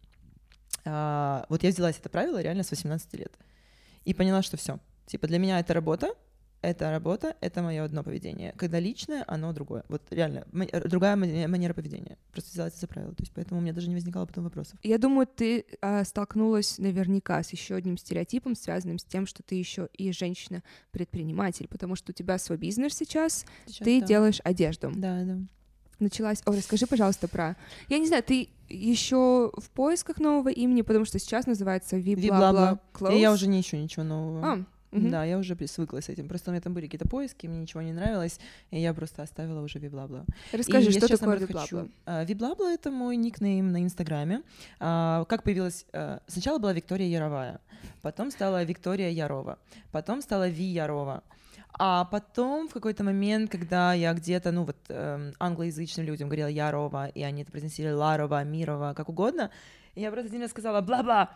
А, вот я взялась это правило реально с восемнадцати лет. И поняла, что все. Типа для меня это работа, это работа, это мое одно поведение. Когда личное, оно другое. Вот реально, м- другая мане- манера поведения. Просто взяла это за правило. То есть поэтому у меня даже не возникало потом вопросов. Я думаю, ты а, столкнулась наверняка с еще одним стереотипом, связанным с тем, что ты еще и женщина-предприниматель, потому что у тебя свой бизнес сейчас, Сейчас ты да. делаешь одежду. Да, да. Началась. О, расскажи, пожалуйста, про. Я не знаю, ты еще в поисках нового имени, потому что сейчас называется Ви-бла-бла. Ви-бла-бла И я Clothes. уже не ищу ничего нового. А, мгм. Да, я уже свыклась с этим. Просто у меня там были какие-то поиски, мне ничего не нравилось, и я просто оставила уже Ви-бла-бла. Расскажи, И я что сейчас, такое наоборот, Ви-бла-бла? хочу- А, Ви-бла-бла — это мой никнейм на Инстаграме. А, Как появилась... а, Сначала была Виктория Яровая, потом стала Виктория Ярова, потом стала Ви Ярова. А потом в какой-то момент, когда я где-то, ну вот, эм, англоязычным людям говорила Ярова, и они это произносили Ларова, Мирова, как угодно, и я просто один раз сказала «бла-бла».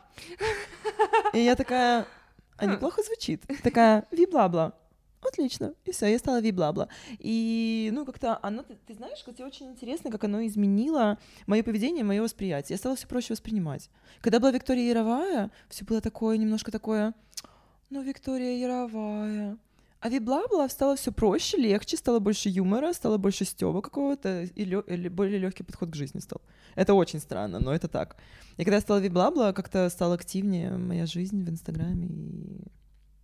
И я такая, а неплохо звучит. Такая «ви-бла-бла». Отлично. И все, я стала Ви-бла-бла. И, ну, как-то оно, ты, ты знаешь, кстати, очень интересно, как оно изменило мое поведение, мое восприятие. Я стала все проще воспринимать. Когда была Виктория Яровая, все было такое, немножко такое, ну, Виктория Яровая. А Ви-бла-бла стало все проще, легче, стало больше юмора, стало больше стёба какого-то, и лё- или более легкий подход к жизни стал. Это очень странно, но это так. И когда я стала Ви-бла-бла, как-то стала активнее моя жизнь в Инстаграме, и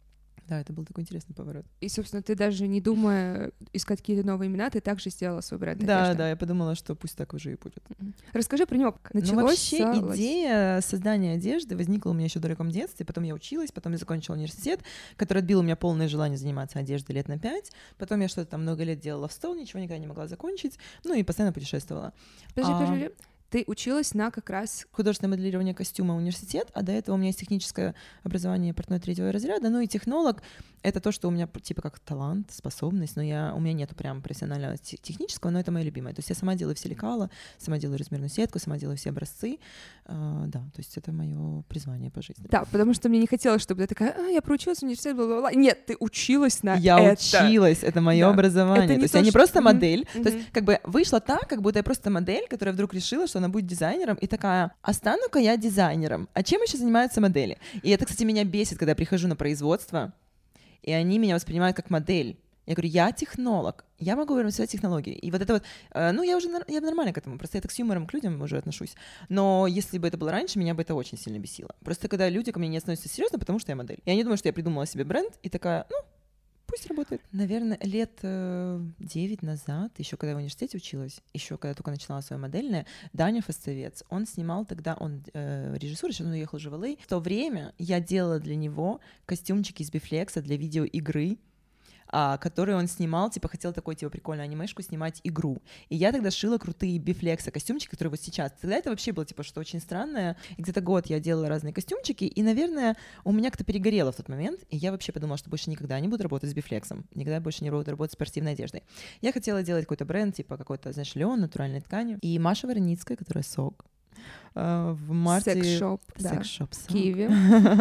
Да, это был такой интересный поворот. И, собственно, ты даже не думая искать какие-то новые имена, ты также сделала свой бренд Да, одежды. да, я подумала, что пусть так уже и будет. Расскажи про него. Как началось Ну, вообще с... идея создания одежды возникла у меня еще в далеком детстве, потом я училась, потом я закончила университет, который отбил у меня полное желание заниматься одеждой лет на пять, потом я что-то там много лет делала в стол, ничего никогда не могла закончить, ну и постоянно путешествовала. Подожди, А... подожди. Ты училась на как раз... художественное моделирование костюма университет, а до этого у меня есть техническое образование портной третьего разряда, ну и технолог — это то, что у меня типа как талант, способность, но я, у меня нету прям профессионального технического, но это мое любимое. То есть я сама делаю все лекала, сама делаю размерную сетку, сама делаю все образцы, а, да, то есть это мое призвание по жизни. Да, потому что мне не хотелось, чтобы ты такая, а, я проучилась в университете, бла-бла-бла. Нет, ты училась на я это. Я училась, это мое да. образование. Это то есть то, я не что... просто модель, mm-hmm. то есть как бы вышло так, как будто я просто модель, которая вдруг решила, что она будет дизайнером, и такая, а стану-ка я дизайнером. А чем еще занимаются модели? И это, кстати, меня бесит, когда я прихожу на производство, и они меня воспринимают как модель. Я говорю, я технолог, я могу вернуть технологии. И вот это вот, э, ну, я уже я нормально к этому, просто я так с юмором к людям уже отношусь. Но если бы это было раньше, меня бы это очень сильно бесило. Просто когда люди ко мне не относятся серьезно, потому что я модель. Я не думаю, что я придумала себе бренд, и такая, ну, пусть работает. Наверное, лет э, девять назад, еще когда я в университете училась, еще когда только начинала свое модельное, Даня Фастовец, он снимал тогда, он э, режиссер, сейчас он уехал уже в эл эй. В то время я делала для него костюмчики из бифлекса для видеоигры, а, который он снимал, типа, хотел такой, типа, прикольную анимешку снимать игру. И я тогда шила крутые бифлекса костюмчики, которые вот сейчас. Тогда это вообще было, типа, что очень странное. И где-то год я делала разные костюмчики, и, наверное, у меня как-то перегорело в тот момент, и я вообще подумала, что больше никогда не буду работать с бифлексом, никогда больше не буду работать с спортивной одеждой. Я хотела делать какой-то бренд, типа, какой-то, знаешь, лен, натуральной ткани. И Маша Вороницкая, которая сок, в марте... Секс-шоп, да, Секс-шоп в Киеве.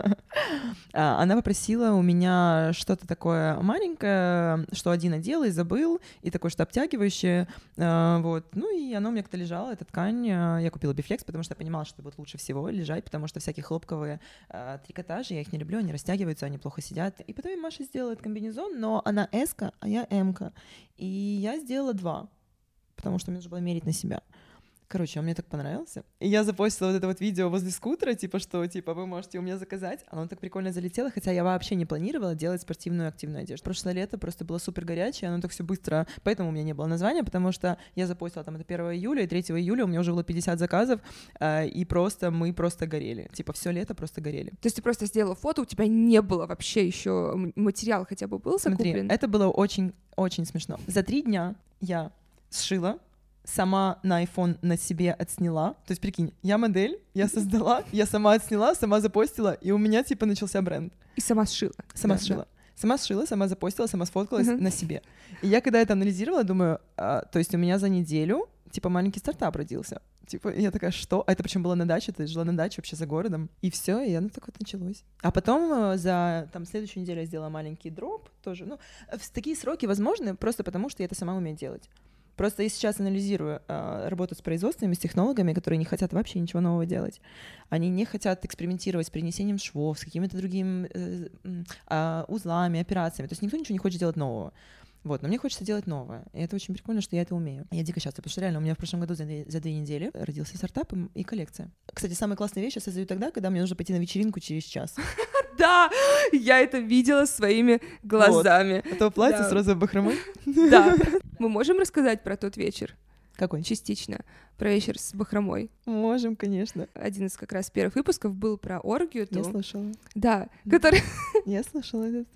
Она попросила у меня что-то такое маленькое, что один одел и забыл, и такое что обтягивающее, вот. Ну и оно у меня как-то лежало, эта ткань. Я купила бифлекс, потому что я понимала, что будет лучше всего лежать, потому что всякие хлопковые трикотажи, я их не люблю, они растягиваются, они плохо сидят. И потом Маша сделала этот комбинезон, но она эска, а я эмка. И я сделала два, потому что мне нужно было мерить на себя. Короче, он мне так понравился. И я запостила вот это вот видео возле скутера, типа, что, типа, вы можете у меня заказать. Оно так прикольно залетело, хотя я вообще не планировала делать спортивную активную одежду. Прошлое лето просто было супер горячее, оно так все быстро... Поэтому у меня не было названия, потому что я запостила там это первого июля, и третьего июля у меня уже было пятьдесят заказов, э, и просто мы просто горели. Типа, все лето просто горели. То есть ты просто сделала фото, у тебя не было вообще еще материал хотя бы был закуплен? Смотри, это было очень-очень смешно. За три дня я сшила, сама на iPhone на себе отсняла. То есть, прикинь, я модель, я создала, я сама отсняла, сама запостила, и у меня, типа, начался бренд. И сама сшила. Сама да, сшила. Да. Сама сшила, сама запостила, сама сфоткалась uh-huh. на себе. И я, когда это анализировала, думаю, а, то есть у меня за неделю, типа, маленький стартап родился. Типа, я такая, что? А это причем было на даче, то есть жила на даче вообще за городом. И все, и оно так вот началось. А потом за там следующую неделю я сделала маленький дроп тоже. Ну, в такие сроки возможны просто потому, что я это сама умею делать. Просто я сейчас анализирую э, работу с производствами, с технологами, которые не хотят вообще ничего нового делать. Они не хотят экспериментировать с принесением швов, с какими-то другими э, э, узлами, операциями. То есть никто ничего не хочет делать нового. Вот, но мне хочется делать новое. И это очень прикольно, что я это умею. Я дико счастлива, потому что реально у меня в прошлом году за две, за две недели родился стартап и, и коллекция. Кстати, самые классные вещи я создаю тогда, когда мне нужно пойти на вечеринку через час. Да, я это видела своими глазами. Вот. А то платье с розовой бахромой. Да. Мы можем рассказать про тот вечер? Какой? Частично. Про вечер с бахромой. Можем, конечно. Один из как раз первых выпусков был про оргию. Я слышала. Да, который... Я слышала этот.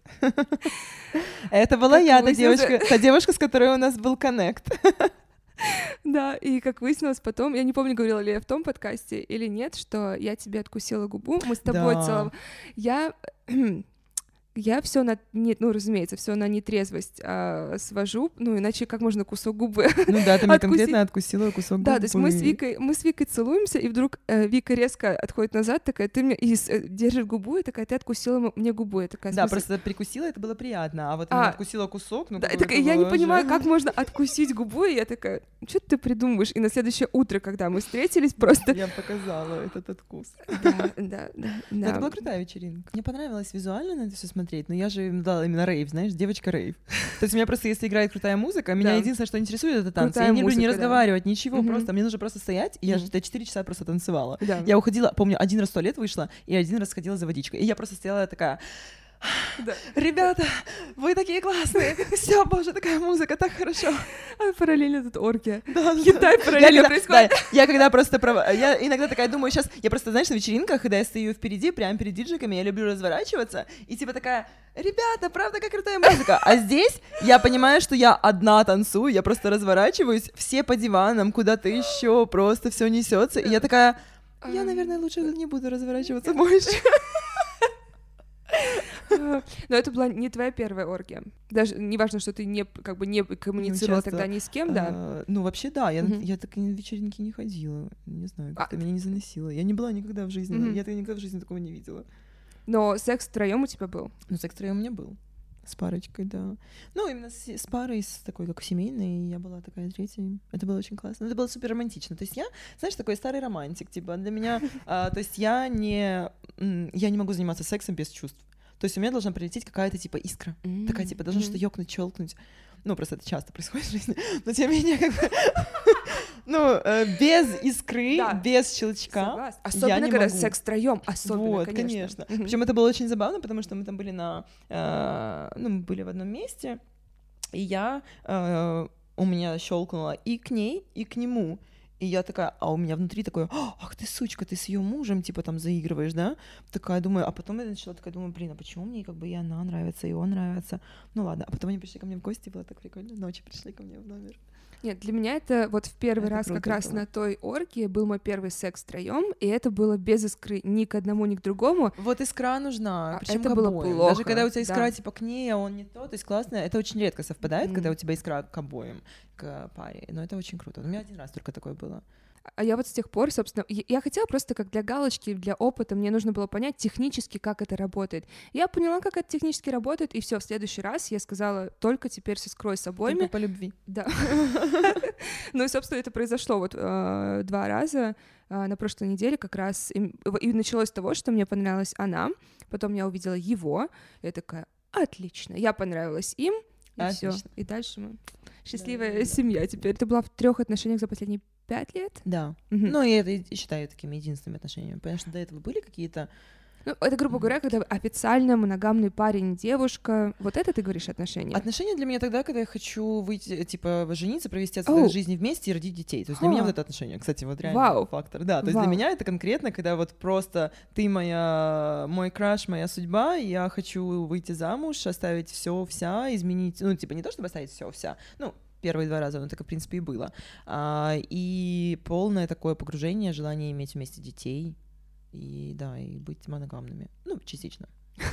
Это была я, та девочка, та девушка, с которой у нас был коннект. Да, и как выяснилось потом, я не помню, говорила ли я в том подкасте или нет, что я тебе откусила губу, мы с тобой да. целовали. Я... Я все на нет, ну разумеется, все на нетрезвость а, свожу, ну иначе как можно кусок губы? Ну да, ты мне конкретно откусила кусок губы. Да, то есть мы с Викой, мы с Викой целуемся, и вдруг э, Вика резко отходит назад, такая, ты мне и э, держишь губу, и такая, ты откусила мне губу, я такая. Да, просто прикусила, это было приятно, а вот а, откусила кусок, ну. Да, такая, я не понимаю, как можно откусить губу, и я такая, что ты придумываешь? И на следующее утро, когда мы встретились, просто. Я показала этот откус. Да, да, да. Это была крутая вечеринка. Мне понравилось визуально на это все смотреть. Но я же им дала именно рейв, знаешь, девочка рейв. То есть у меня просто, если играет крутая музыка, меня единственное, что интересует, это танцы. Я не люблю не разговаривать, ничего, просто мне нужно просто стоять, и я же четыре часа просто танцевала. Я уходила, помню, один раз в туалет вышла, и один раз ходила за водичкой. И я просто стояла такая... Да. Ребята, вы такие классные. Все, боже, такая музыка, так хорошо. А параллельно тут оргия. Да, Китай да. параллельно я когда, происходит. Да, я когда просто... Пров... Я иногда такая думаю, сейчас... Я просто, знаешь, на вечеринках, когда я стою впереди, прямо перед диджиками, я люблю разворачиваться, и типа такая, ребята, правда, как крутая музыка. А здесь я понимаю, что я одна танцую, я просто разворачиваюсь, все по диванам, куда-то еще, просто все несется, и я такая, я, наверное, лучше не буду разворачиваться больше. Но это была не твоя первая оргия. Даже неважно, что ты не, как бы не коммуницировала часто, тогда ни с кем, да? А, ну, вообще, да, я, Мгм. я так и на вечеринки не ходила. Не знаю, как-то А, меня не заносило. Я не была никогда в жизни, Мгм. я никогда в жизни такого не видела. Но секс втроем у тебя был. Ну, секс втроём у меня был. С парочкой, да. Ну, именно с, с парой, с такой, как семейной, я была такая третьей. Это было очень классно. Это было супер романтично. То есть я, знаешь, такой старый романтик, типа, для меня... а, то есть я не... м, Я не могу заниматься сексом без чувств. То есть у меня должна прилететь какая-то, типа, искра. М, Такая, типа, должна мгм. что-то ёкнуть, щелкнуть. Ну, просто это часто происходит в жизни. Но тем не менее, как бы... Ну, э, без искры, Да. без щелчка Согласна. я Особенно, не когда могу. секс втроем, особенно, Вот, конечно. конечно. Мгм. Причем это было очень забавно, потому что мы там были на, э, ну, мы были в одном месте, и я, э, у меня щелкнула и к ней, и к нему. И я такая, а у меня внутри такое, ах ты сучка, ты с ее мужем, типа, там, заигрываешь, да? Такая, думаю, а потом я начала такая, думаю, блин, а почему мне, как бы, и она нравится, и он нравится? Ну ладно, а потом они пришли ко мне в гости, было так прикольно, ночью пришли ко мне в номер. Нет, для меня это вот в первый Это раз круто как раз было. на той оргии был мой первый секс втроем, и это было без искры ни к одному, ни к другому. Вот искра нужна, А причем это было обоим. плохо, Даже когда у тебя искра да. типа к ней, а он не то, то есть классно. Это очень редко совпадает, Мгм. когда у тебя искра к обоим, к паре. Но это очень круто. У меня один раз только такое было. А я вот с тех пор, собственно, я я хотела просто как для галочки, для опыта, мне нужно было понять технически, как это работает. Я поняла, как это технически работает, и все. В следующий раз я сказала, только теперь с искрой с обоими. Только по любви. Да. Ну и, собственно, это произошло вот э, два раза э, на прошлой неделе как раз. И, и началось с того, что мне понравилась она, потом я увидела его, я такая, отлично, я понравилась им, и все. Отлично. И дальше мы счастливая Да-да-да. семья теперь. Ты была в трех отношениях за последние пять лет? Да. Мгм. Ну, и это и считаю такими единственными отношениями. Потому что до этого были какие-то... Ну, это, грубо говоря, когда официально моногамный парень, девушка. Вот это ты говоришь отношения? Отношения для меня тогда, когда я хочу выйти, типа, жениться, провести остаток Оу. жизни вместе и родить детей. То есть для меня Ха. вот это отношение, кстати, вот реально Вау. фактор. Да, то есть Вау. для меня это конкретно, когда вот просто ты моя, мой краш, моя судьба, и я хочу выйти замуж, оставить все, вся, изменить, ну, типа, не то чтобы оставить все, вся, ну, первые два раза, ну, так, в принципе, и было. А, и полное такое погружение, желание иметь вместе детей, и, да, и быть моногамными. Ну, частично.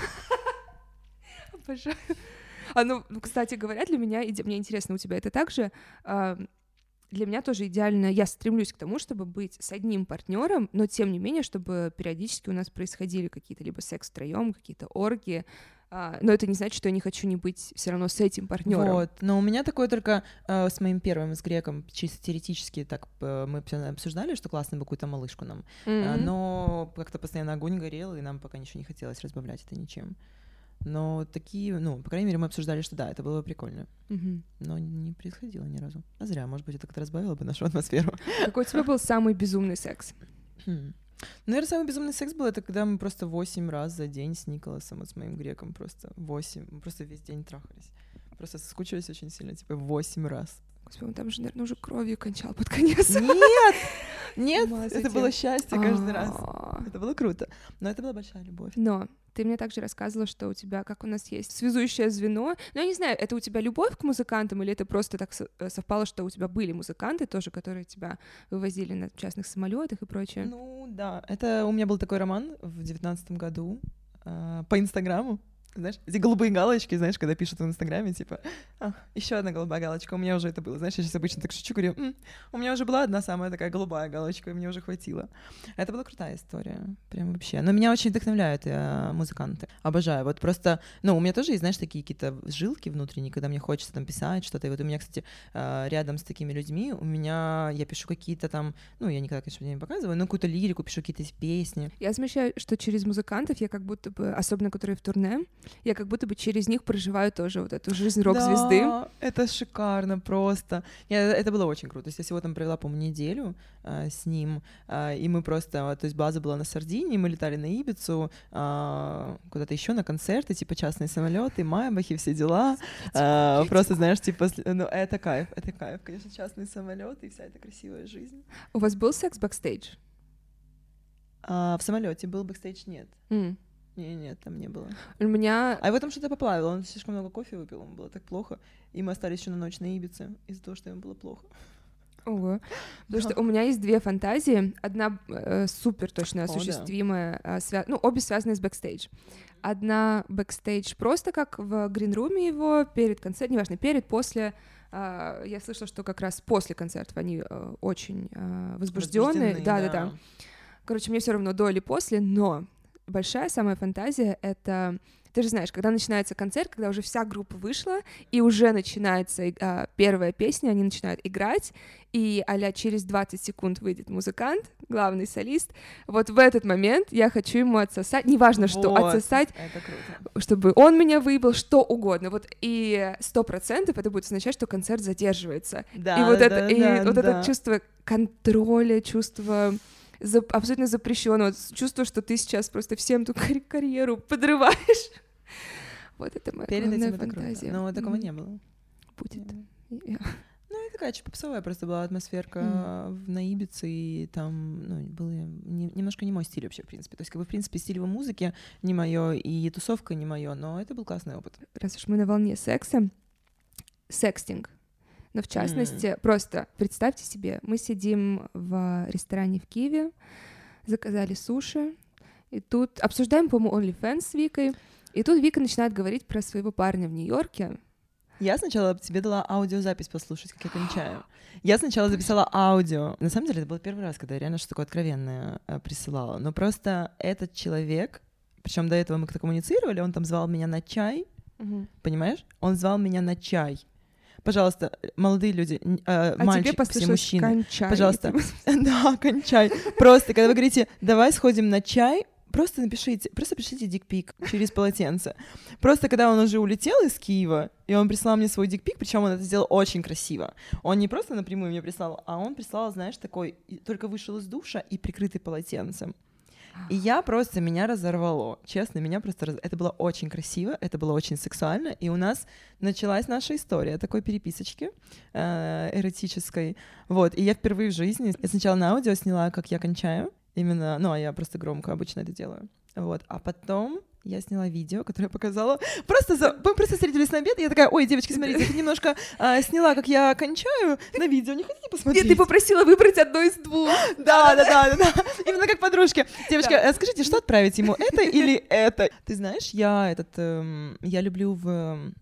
Обожаю. А ну, ну, кстати говоря, для меня, иде- мне интересно, у тебя это также, а, для меня тоже идеально, я стремлюсь к тому, чтобы быть с одним партнером, но тем не менее, чтобы периодически у нас происходили какие-то либо секс втроем, какие-то оргии, а, но это не значит, что я не хочу не быть все равно с этим партнером. Вот, но у меня такое только э, с моим первым, с греком, чисто теоретически так э, мы обсуждали, что классно бы какую-то малышку нам, Э, но как-то постоянно огонь горел, и нам пока ничего не хотелось разбавлять это ничем. Но такие, ну, по крайней мере, мы обсуждали, что да, это было бы прикольно, Мгм. но не происходило ни разу. А зря, может быть, это как-то разбавило бы нашу атмосферу. Какой у тебя был самый безумный секс? Хм. Наверное, самый безумный секс был, это когда мы просто восемь раз за день с Николасом, вот с моим греком, просто восемь, мы просто весь день трахались. Просто соскучились очень сильно, типа восемь раз. Господи, он там же, наверное, уже кровью кончал под конец. Нет! Нет! Ума Это сойти. было счастье каждый раз. А. Это было круто. Но это была большая любовь. Но ты мне также рассказывала, что у тебя, как у нас есть связующее звено. Ну, я не знаю, это у тебя любовь к музыкантам, или это просто так со- совпало, что у тебя были музыканты тоже, которые тебя вывозили на частных самолетах и прочее? Ну да, это у меня был такой роман в девятнадцатом году э, по Инстаграму. Знаешь, эти голубые галочки, знаешь, когда пишут в Инстаграме, типа, а, еще одна голубая галочка, у меня уже это было. Знаешь, я сейчас обычно так шучу, говорю, «М, у меня уже была одна самая такая голубая галочка, и мне уже хватило. Это была крутая история, прям вообще. Но меня очень вдохновляют э, музыканты, обожаю. Вот просто, ну, у меня тоже есть, знаешь, такие какие-то жилки внутренние, когда мне хочется там писать что-то. И вот у меня, кстати, э, рядом с такими людьми, у меня, я пишу какие-то там, ну, я никогда, конечно, не показываю, но какую-то лирику, пишу какие-то песни. Я замечаю, что через музыкантов я как будто бы, особенно которые в турне, Я как будто бы через них проживаю тоже вот эту жизнь рок-звезды. Да, это шикарно просто. Я, это было очень круто. То есть я всего там провела, по-моему, неделю э, с ним, э, и мы просто, то есть база была на Сардинии, мы летали на Ибицу, э, куда-то еще на концерты, типа частные самолеты, майбахи, все дела. Э, просто, знаешь, типа, ну это кайф, это кайф, конечно, частные самолеты и вся эта красивая жизнь. У вас был секс бэкстейдж? А, в самолете был, бэкстейдж нет. Mm. Не, нет, там не было. У меня... А его там что-то поплавило, он слишком много кофе выпил, ему было так плохо, и мы остались еще на ночь на Ибице из-за того, что ему было плохо. Ого. Потому что у меня есть две фантазии. Одна э, супер точно осуществимая, О, да. э, свя... ну, обе связаны с бэкстейдж. Одна бэкстейдж просто как в гринруме его, перед концертом, неважно, перед, после. Э, я слышала, что как раз после концертов они э, очень э, возбужденные. Да, да, да, да. Короче, мне все равно до или после, но большая самая фантазия — это... Ты же знаешь, когда начинается концерт, когда уже вся группа вышла, и уже начинается а, первая песня, они начинают играть, и а-ля через двадцать секунд выйдет музыкант, главный солист. Вот в этот момент я хочу ему отсосать, неважно что, вот, отсосать, это круто. Чтобы он меня выебал, что угодно. Вот, и сто процентов это будет означать, что концерт задерживается. Да, и вот, да, это, да, и да, вот да. это чувство контроля, чувство... За, абсолютно запрещенного чувства, что ты сейчас просто всем ту карь- карьеру подрываешь. Вот это моя Перед главная этим фантазия. Это но такого mm. не было. Будет. Yeah. Yeah. Ну, это такая попсовая просто была атмосферка mm. на Ибице, и там, ну, было не, немножко не мой стиль вообще, в принципе. То есть, как бы, в принципе, стиль его музыки не моё, и тусовка не моё, но это был классный опыт. Раз уж мы на волне секса, секстинг. Но в частности, mm. просто представьте себе, мы сидим в ресторане в Киеве, заказали суши, и тут обсуждаем, по-моему, OnlyFans с Викой, и тут Вика начинает говорить про своего парня в Нью-Йорке. Я сначала тебе дала аудиозапись послушать, как я кончаю. Я сначала записала аудио. На самом деле, это был первый раз, когда я реально что-то такое откровенное э, присылала. Но просто этот человек, причем до этого мы как-то коммуницировали, он там звал меня на чай, mm-hmm. понимаешь? Он звал меня на чай. Пожалуйста, молодые люди, э, а мальчики, все мужчины, кончай, пожалуйста, да, кончай. Просто, когда вы говорите, давай сходим на чай, просто напишите, просто пишите дикпик через полотенце. Просто когда он уже улетел из Киева, и он прислал мне свой дикпик, причем он это сделал очень красиво. Он не просто напрямую мне прислал, а он прислал, знаешь, такой, только вышел из душа и прикрытый полотенцем. И я просто, меня разорвало, честно, меня просто раз... Это было очень красиво, это было очень сексуально, и у нас началась наша история такой переписочки э, эротической, вот, и я впервые в жизни, я сначала на аудио сняла, как я кончаю, именно, ну, а я просто громко обычно это делаю, вот, а потом я сняла видео, которое я показала. Просто за... мы просто встретились на обед, и я такая, ой, девочки, смотрите, я немножко а, сняла, как я кончаю на видео, не хотите посмотреть? Нет, ты попросила выбрать одно из двух. Да, да, да, да, именно как подружки. Девочки, да. Скажите, что отправить ему, это или это? Ты знаешь, я этот, эм, я люблю в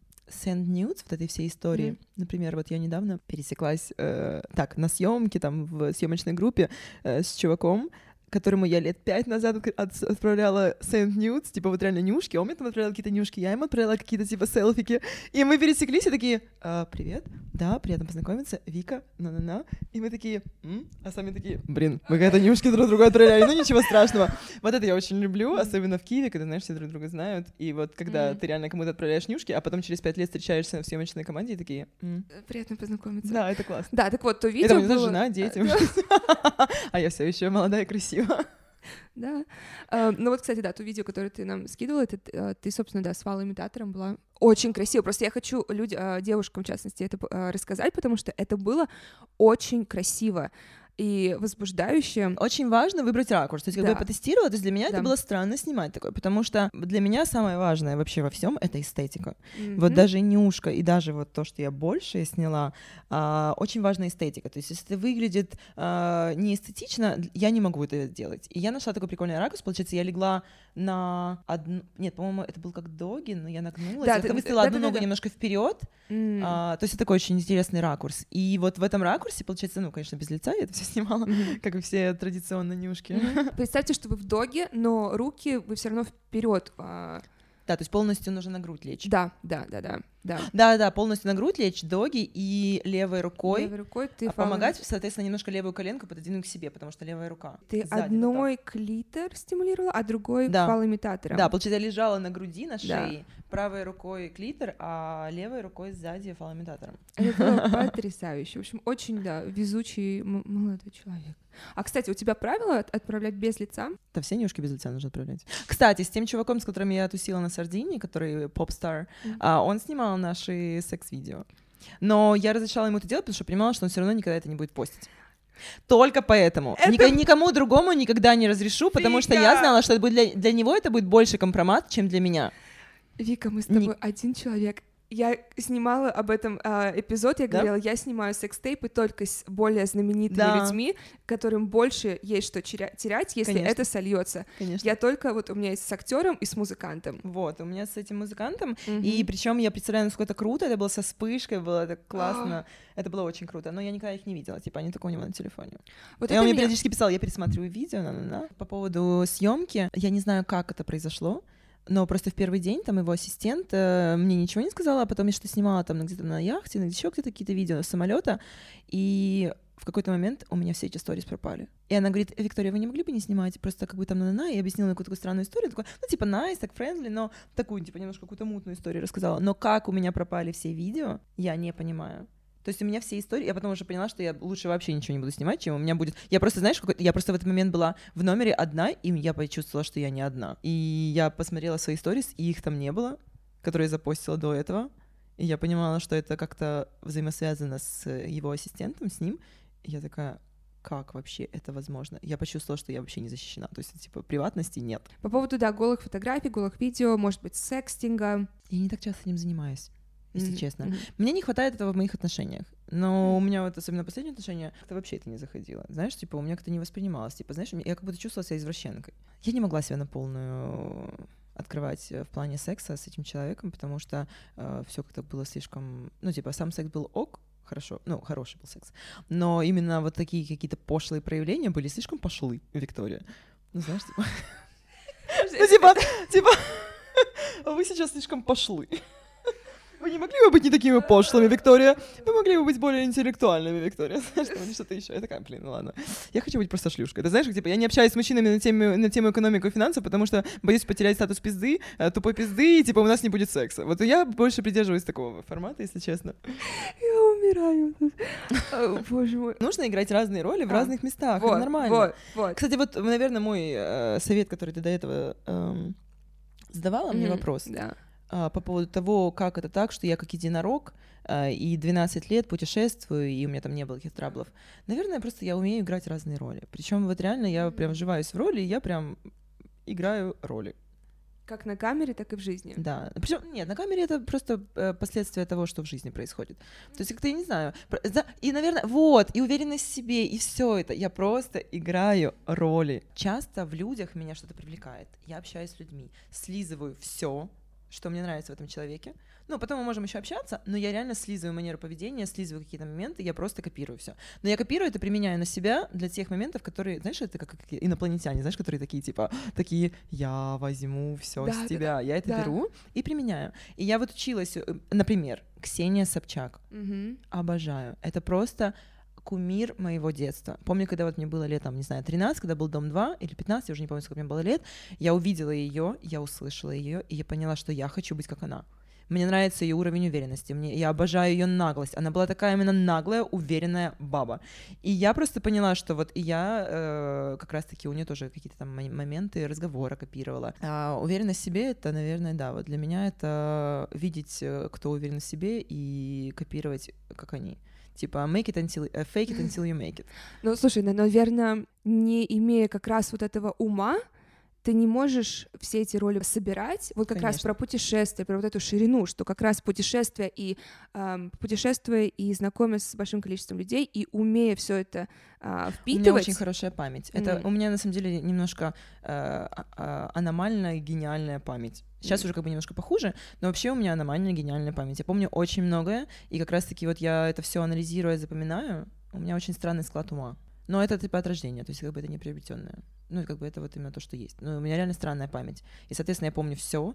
send nudes, вот этой всей истории. Mm-hmm. Например, вот я недавно пересеклась э, так, на съемке, там, в съемочной группе э, с чуваком, которому я лет пять назад от- отправляла send nudes, типа вот реально нюшки, он мне там отправлял какие-то нюшки, я ему отправляла какие-то типа селфики, и мы пересеклись и такие, а, привет, да, приятно познакомиться, Вика, на-на-на, и мы такие, М? а сами такие, блин, мы какая-то нюшки друг другу отправляли, ну ничего страшного. Вот это я очень люблю, особенно в Киеве, когда, знаешь, все друг друга знают, и вот когда mm-hmm. ты реально кому-то отправляешь нюшки, а потом через пять лет встречаешься в съемочной команде и такие, М? приятно познакомиться. Да, это классно. Да, так вот, то видео это у меня было... жена, дети, а я все еще молодая и красивая. Да. Uh, ну вот, кстати, да, то видео, которое ты нам скидывала, это uh, ты, собственно, да, с фалоимитатором была очень красиво. Просто я хочу люд... uh, девушкам, в частности, это uh, рассказать, потому что это было очень красиво и возбуждающе. Очень важно выбрать ракурс. То есть, когда да. я потестировала, то есть для меня да. это было странно снимать такое, потому что для меня самое важное вообще во всем это эстетика. Mm-hmm. Вот даже нюшка и даже вот то, что я больше сняла, а, очень важна эстетика. То есть, если это выглядит а, неэстетично, я не могу это делать. И я нашла такой прикольный ракурс. Получается, я легла на одну... Нет, по-моему, это был как доги, но я нагнулась. Да, я ты, выставила да, одну да, ногу да, да. немножко вперед. Mm. А, то есть, это такой очень интересный ракурс. И вот в этом ракурсе, получается, ну, конечно, без лица я это все снимала, mm-hmm. как и все традиционные нюшки. Mm-hmm. Представьте, что вы в доге, но руки вы все равно вперед. А... Да, то есть полностью нужно на грудь лечь. Да, да, да, да. Да. Да-да, полностью на грудь лечь, доги, и левой рукой, Левой рукой ты а фалом- помогать, соответственно, немножко левую коленку пододвинуть к себе, потому что левая рука. Ты Сзади, вот одной клитор стимулировала, а другой Да. фалоимитатором. Да, получается, я лежала на груди, на Да. шее, правой рукой клитор, а левой рукой сзади фалоимитатором. Это было потрясающе. В общем, очень, да, везучий м- молодой человек. А, кстати, у тебя правило от- отправлять без лица? Да все девушки без лица нужно отправлять. Кстати, с тем чуваком, с которым я тусила на Сардинии, который поп-стар, Мгм. а, он снимал наши секс-видео. Но я разрешала ему это делать, потому что понимала, что он все равно никогда это не будет постить. Только поэтому. Это- Ника- никому другому никогда не разрешу, потому что я Фига! знала, что это будет для, для него это будет больше компромат, чем для меня. Вика, мы с Не- тобой один человек. Я снимала об этом а, эпизод, я Да? говорила, я снимаю секс-тейпы только с более знаменитыми Да. людьми, которым больше есть что теря- терять, если Конечно. это сольется. Конечно. Я только вот у меня есть с актером и с музыкантом. Вот, у меня с этим музыкантом. Мгм. И причем я представляю, насколько это круто, это было со вспышкой, было так классно. Это было очень круто. Но я никогда их не видела, типа они только у него на телефоне. Вот И это он мне меня- периодически писал, я пересматриваю видео, на-на-на. По поводу съемки, я не знаю, как это произошло, но просто в первый день там его ассистент э, мне ничего не сказала, а потом я что-то снимала там где-то на яхте, еще где-то какие-то видео с самолета, и в какой-то момент у меня все эти сторис пропали. И она говорит: Виктория, вы не могли бы не снимать просто как бы там на-на-на, и объяснила какую-то такую странную историю, такой, ну типа nice, так friendly, но такую типа немножко какую-то мутную историю рассказала. Но как у меня пропали все видео, я не понимаю. То есть у меня все истории, я потом уже поняла, что я лучше вообще ничего не буду снимать, чем у меня будет. Я просто, знаешь, какой- я просто в этот момент была в номере одна, и я почувствовала, что я не одна. И я посмотрела свои сторис, и их там не было, которые я запостила до этого. И я понимала, что это как-то взаимосвязано с его ассистентом, с ним. И я такая: как вообще это возможно? Я почувствовала, что я вообще не защищена. То есть, типа, приватности нет. По поводу, да, голых фотографий, голых видео, может быть, секстинга. Я не так часто этим занимаюсь, если Мгм, честно. мгм. Мне не хватает этого в моих отношениях. Но у меня вот, особенно последние отношения, как-то вообще это не заходило. Знаешь, типа, у меня как-то не воспринималось. Типа, знаешь, я как будто чувствовала себя извращенкой. Я не могла себя на полную открывать в плане секса с этим человеком, потому что э, все как-то было слишком... Ну, типа, сам секс был ок, хорошо, ну, хороший был секс. Но именно вот такие какие-то пошлые проявления были слишком пошлы, Виктория. Ну, знаешь, типа... Ну, типа, типа, вы сейчас слишком пошлы. Вы не могли бы быть не такими пошлыми, Виктория? Вы могли бы быть более интеллектуальными, Виктория. Знаешь, там, или что-то еще. Я такая: блин, ну ладно. Я хочу быть просто шлюшкой. Ты знаешь, как, типа, я не общаюсь с мужчинами на тему, на тему экономики и финансов, потому что боюсь потерять статус пизды, э, тупой пизды, и, типа, у нас не будет секса. Вот я больше придерживаюсь такого формата, если честно. Я умираю. О, боже мой. Нужно играть разные роли в А, разных местах. Вот, Это нормально. вот, вот. Кстати, вот, наверное, мой э, совет, который ты до этого эм, задавала мне Мгм, вопрос. Да. А, по поводу того, как это так, что я как единорог, а, и двенадцать лет путешествую, и у меня там не было каких-то траблов. Наверное, просто я умею играть разные роли. Причем вот реально я прям вживаюсь в роли, и я прям играю роли. Как на камере, так и в жизни. Да. Причем нет, на камере это просто э, последствия того, что в жизни происходит. То есть как-то я не знаю. про- за- И, наверное, вот, и уверенность в себе, и все это. Я просто играю роли. Часто в людях меня что-то привлекает. Я общаюсь с людьми, слизываю все, что мне нравится в этом человеке. Ну, потом мы можем еще общаться, но я реально слизываю манеру поведения, слизываю какие-то моменты, я просто копирую все. Но я копирую это, применяю на себя для тех моментов, которые, знаешь, это как, как инопланетяне, знаешь, которые такие, типа, такие: я возьму все Да, с да, тебя. Я это да. беру и применяю. И я вот училась, э, например, Ксения Собчак. Мгм. Обожаю. Это просто кумир моего детства. Помню, когда вот мне было лет, там, не знаю, тринадцать, когда был Дом два, или пятнадцать, я уже не помню, сколько мне было лет, я увидела ее, я услышала ее, и я поняла, что я хочу быть как она. Мне нравится ее уровень уверенности, мне, я обожаю ее наглость. Она была такая именно наглая, уверенная баба. И я просто поняла, что вот и я э, как раз-таки у нее тоже какие-то там мо- моменты разговора копировала. А уверенность в себе — это, наверное, да, вот для меня это видеть, э, кто уверен в себе, и копировать, как они. Типа make it until, uh, fake it until you make it. Ну, слушай, ну, наверное, не имея как раз вот этого ума, ты не можешь все эти роли собирать. Вот как раз Конечно. про путешествие, про вот эту ширину, что как раз путешествие и эм, путешествуя и знакомясь с большим количеством людей и умея все это а, У меня впитывать. очень хорошая память. Это Мгм. у меня на самом деле немножко э, а- а- аномальная гениальная память. Сейчас Мгм. уже как бы немножко похуже, но вообще у меня аномальная гениальная память. Я помню очень многое, и как раз-таки вот я это все анализируя, запоминаю. У меня очень странный склад ума. Но это типа от рождения, то есть как бы это не приобретенное. Ну, как бы это вот именно то, что есть. Ну, у меня реально странная память. И, соответственно, я помню все,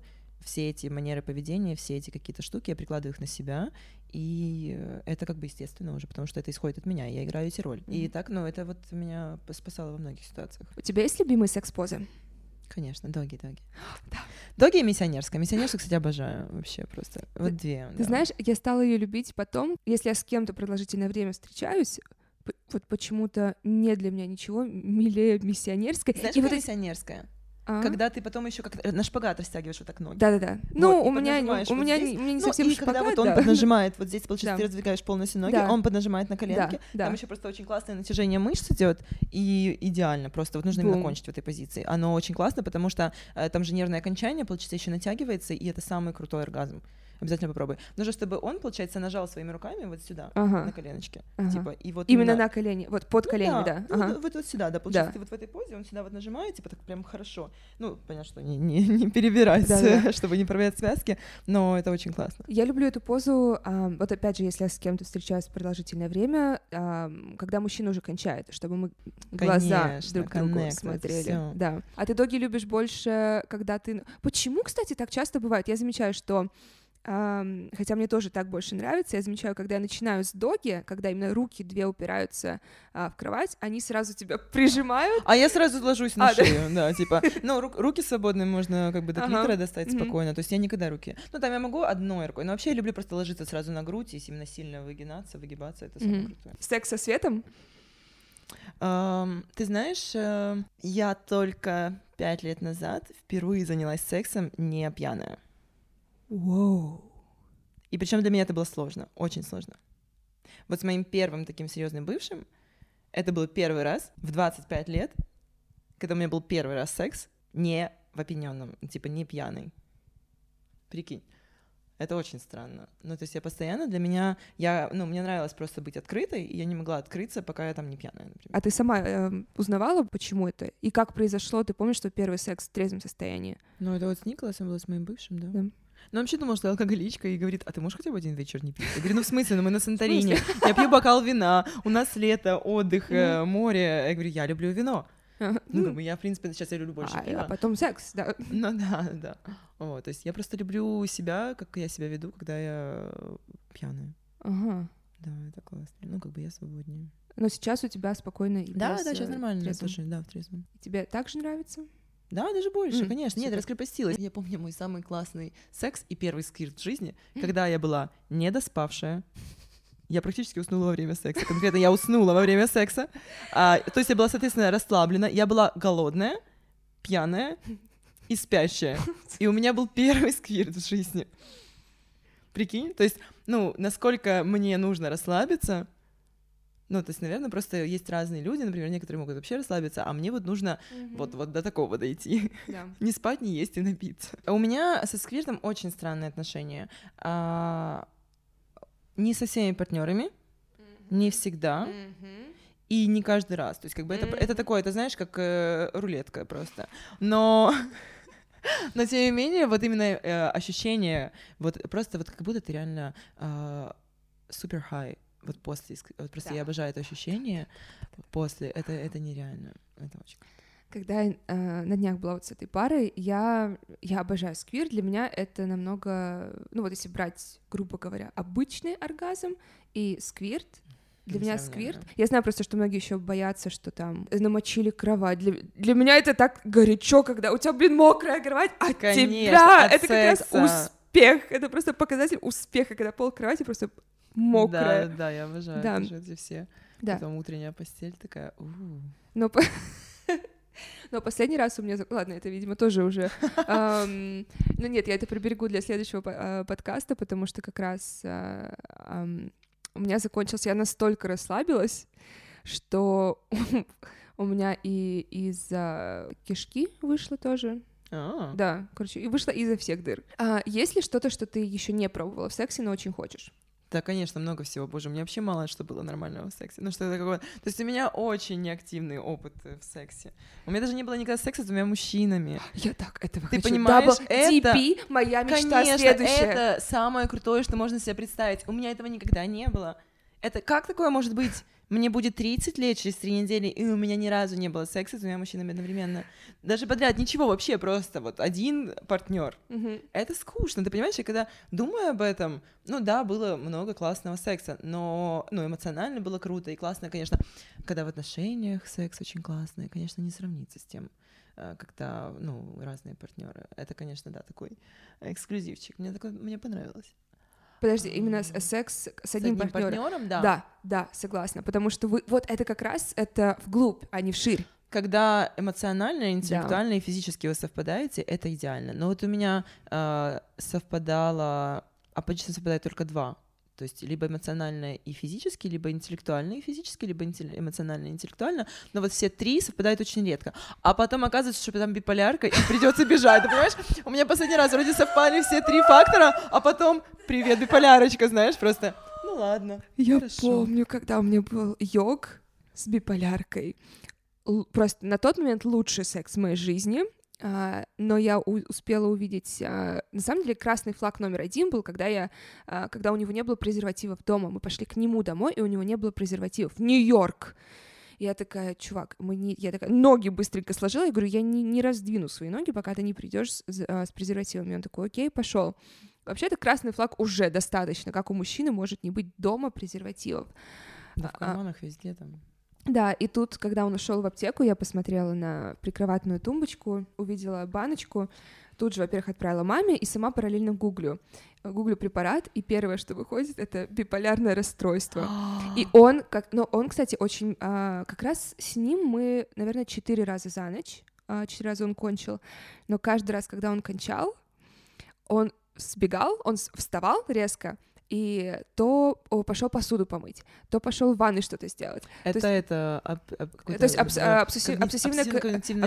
все эти манеры поведения, все эти какие-то штуки, я прикладываю их на себя, и это как бы естественно уже, потому что это исходит от меня, я играю эти роли. Mm-hmm. И так, ну, это вот меня спасало во многих ситуациях. У тебя есть любимые секс-позы? Конечно, доги, доги. Да. Доги и миссионерская. Миссионерскую, кстати, обожаю вообще просто. Вот ты, две. Ты да. знаешь, я стала ее любить потом, если я с кем-то продолжительное время встречаюсь, вот почему-то не для меня ничего милее миссионерской. Знаешь, и какая вот миссионерская? А? Когда ты потом еще как на шпагат растягиваешь вот так ноги. Да-да-да. Вот, ну, у меня, у, вот меня здесь. не, у меня не ну, совсем и шпагат, когда вот он да. поднажимает, вот здесь, получается, да. ты раздвигаешь полностью ноги, да. он поднажимает на коленки, да, там да. еще просто очень классное натяжение мышц идет, и идеально просто. Вот нужно Бум. именно кончить в этой позиции. Оно очень классно, потому что э, там же нервное окончание, получается, еще натягивается, и это самый крутой оргазм. Обязательно попробуй. Нужно, чтобы он, получается, нажал своими руками вот сюда, ага. на коленочке. Ага. Типа, и вот именно, именно на колени, вот под коленями, ну, да. да. Ага. Ну, вот, вот сюда, да, получается, да. ты вот в этой позе, он сюда вот нажимает, типа так прям хорошо. Ну, понятно, что не, не, не перебирать, Да-да. чтобы не порвать связки, но это очень классно. Я люблю эту позу, а, вот опять же, если я с кем-то встречаюсь продолжительное время, а, когда мужчина уже кончает, чтобы мы глаза Конечно, друг другу connect, смотрели. всё. Да. А ты доги любишь больше, когда ты... Почему, кстати, так часто бывает? Я замечаю, что Um, хотя мне тоже так больше нравится, я замечаю, когда я начинаю с доги, когда именно руки две упираются uh, в кровать, они сразу тебя прижимают. А я сразу ложусь на а, шею, да, да, типа, ну, ру- руки свободные, можно как бы до ага. клитора достать mm-hmm. спокойно, то есть я никогда руки, ну, там я могу одной рукой, но вообще я люблю просто ложиться сразу на грудь и именно сильно выгинаться, выгибаться, это самое mm-hmm. крутое. Секс со светом? Um, ты знаешь, uh, я только пять лет назад впервые занялась сексом не пьяная. Воу. И причем для меня это было сложно, очень сложно. Вот с моим первым таким серьезным бывшим, это был первый раз в двадцать пять лет, когда у меня был первый раз секс не в опьянённом, типа не пьяный. Прикинь. Это очень странно. Ну, то есть я постоянно для меня, я, ну, мне нравилось просто быть открытой, и я не могла открыться, пока я там не пьяная, например. А ты сама э, узнавала, почему это? И как произошло? Ты помнишь, что первый секс в трезвом состоянии? Ну, это вот с Николасом было, с моим бывшим, да. Да. Ну, вообще думала, что я алкоголичка, и говорит, а ты можешь хотя бы один вечер не пить? Я говорю, ну, в смысле, ну, мы на Санторини, я пью бокал вина, у нас лето, отдых, mm-hmm. море. Я говорю, я люблю вино. Uh-huh. Ну, как бы я, в принципе, сейчас я люблю больше а, пива. А потом секс, да. Ну, да, да. Вот, то есть я просто люблю себя, как я себя веду, когда я пьяная. Ага. Да, это классно. Ну, как бы я свободнее. Но сейчас у тебя спокойно и Да, без, да, сейчас нормально. трезвым. Слушай, да, в трезвом. Тебе так же нравится? Да, даже больше, mm, конечно. Нет, супер. раскрепостилась. Я помню мой самый классный секс и первый сквирт в жизни, когда я была недоспавшая. Я практически уснула во время секса. Конкретно я уснула во время секса. А, то есть я была, соответственно, расслаблена. Я была голодная, пьяная и спящая. И у меня был первый сквирт в жизни. Прикинь? То есть, ну, насколько мне нужно расслабиться. Ну, то есть, наверное, просто есть разные люди, например, некоторые могут вообще расслабиться, а мне вот нужно mm-hmm. вот, вот до такого дойти. Yeah. Не спать, не есть и напиться. У меня со сквиртом очень странные отношения. А, не со всеми партнерами, mm-hmm. не всегда, mm-hmm. и не каждый раз. То есть, как бы mm-hmm. это, это такое, это, знаешь, как э, рулетка просто. Но... Но, тем не менее, вот именно э, ощущение, вот просто вот как будто ты реально супер э, high. Вот после, вот просто да. Я обожаю это ощущение после, это, это нереально, это очень круто. Когда я э, на днях была вот с этой парой, я, я обожаю сквирт, для меня это намного, ну вот если брать, грубо говоря, обычный оргазм и сквирт, для меня сквирт, я знаю просто, что многие еще боятся, что там намочили кровать, для, для меня это так горячо, когда у тебя, блин, мокрая кровать, а конечно, тебя, от это секса. Как раз успех, это просто показатель успеха, когда пол кровати просто мокрая. Да, да, я обожаю, да. тоже эти все. Да. Потом утренняя постель такая, у-у. Но, Но последний раз у меня... Ладно, это, видимо, тоже уже... um, ну нет, я это приберегу для следующего uh, подкаста, потому что как раз uh, um, у меня закончился... Я настолько расслабилась, что у меня и из-за кишки вышло тоже. А-а-а. Да, короче, и вышла изо всех дыр. А есть ли что-то, что ты еще не пробовала в сексе, но очень хочешь? Да, конечно, много всего, боже, у меня вообще мало что было нормального в сексе, ну что такое, то есть у меня очень неактивный опыт в сексе, у меня даже не было никогда секса с двумя мужчинами. Я так этого Ты хочу. понимаешь, Double это... ди пи, моя мечта конечно, следующая. это самое крутое, что можно себе представить, у меня этого никогда не было, Это как такое может быть? Мне будет тридцать лет через три недели, и у меня ни разу не было секса с двумя мужчинами одновременно. Даже подряд, ничего вообще, просто вот один партнер. Mm-hmm. Это скучно, ты понимаешь? Я когда думаю об этом, ну да, было много классного секса, но ну, эмоционально было круто и классно, конечно, когда в отношениях секс очень классный, конечно, не сравнится с тем, когда, ну, разные партнеры. Это, конечно, да, такой эксклюзивчик. Мне такой, мне понравилось. Подожди, именно секс с одним, с одним партнером? партнером, да. Да, да, согласна, потому что вы, вот это как раз, это вглубь, а не вширь. Когда эмоционально, интеллектуально да. и физически вы совпадаете, это идеально. Но вот у меня э, совпадало, а почти совпадает только два. То есть либо эмоционально и физически, либо интеллектуально и физически, либо эмоционально и интеллектуально. Но вот все три совпадают очень редко. А потом оказывается, что там биполярка, и придется бежать. Ты понимаешь? У меня последний раз вроде совпали все три фактора, а потом привет, биполярочка, знаешь, просто. Ну ладно. Я хорошо. помню, когда у меня был йог с биполяркой. Л- просто на тот момент лучший секс в моей жизни. Uh, но я у- успела увидеть, uh, на самом деле, красный флаг номер один был, когда я, uh, когда у него не было презервативов дома, мы пошли к нему домой, и у него не было презервативов. Нью-Йорк! Я такая, чувак, мы не... я такая, ноги быстренько сложила, я говорю, я не, не раздвину свои ноги, пока ты не придешь с, uh, с презервативами. Он такой, окей, пошел. Вообще-то красный флаг уже достаточно, как у мужчины может не быть дома презервативов. Да, в карманах uh, везде там. Да, и тут, когда он ушел в аптеку, я посмотрела на прикроватную тумбочку, увидела баночку, тут же, во-первых, отправила маме и сама параллельно гуглю. Гуглю препарат, и первое, что выходит, это биполярное расстройство. И он, как, ну, он, кстати, очень... А, как раз с ним мы, наверное, четыре раза за ночь, а, четыре раза он кончил, но каждый раз, когда он кончал, он сбегал, он вставал резко, и то пошел посуду помыть, то пошел в ванной что-то сделать. Это то есть, это об, об, то есть обс, обсессив, обсессивно-компульсивное,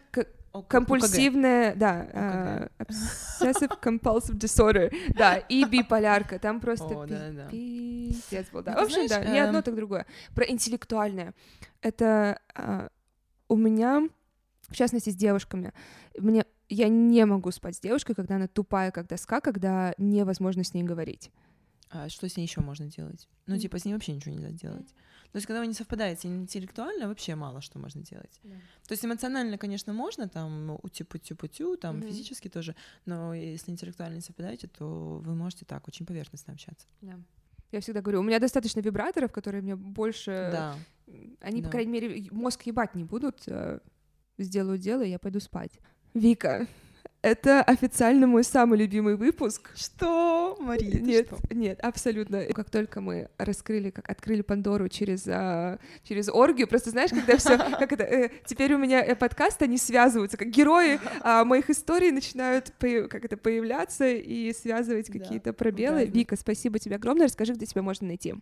обсессивно-компульсивное, да, obsessive compulsive disorder, да, и биполярка, там просто О, да, да. пиздец был, да. В общем, да, не одно, так другое. Про интеллектуальное. Это а, у меня, в частности, с девушками, мне я не могу спать с девушкой, когда она тупая, как доска, когда невозможно с ней говорить. А что с ней еще можно делать? Ну, типа, с ней вообще ничего нельзя делать. То есть, когда вы не совпадаете интеллектуально, вообще мало что можно делать. Да. То есть, эмоционально, конечно, можно, там, утю-путю-путю, там, mm-hmm. физически тоже, но если интеллектуально не совпадаете, то вы можете так, очень поверхностно общаться. Да. Я всегда говорю, у меня достаточно вибраторов, которые мне больше... Да. Они, да. по крайней мере, мозг ебать не будут, сделают дело, и я пойду спать. Вика, это официально мой самый любимый выпуск. Что, Мария? Нет, что? нет, абсолютно. Как только мы раскрыли, как открыли Пандору через а, через оргию, просто знаешь, когда все, как это, э, теперь у меня э, подкасты, они связываются, как герои а, моих историй начинают по, как это появляться и связывать какие-то да, пробелы. Правильно. Вика, спасибо тебе огромное. Расскажи, где тебя можно найти.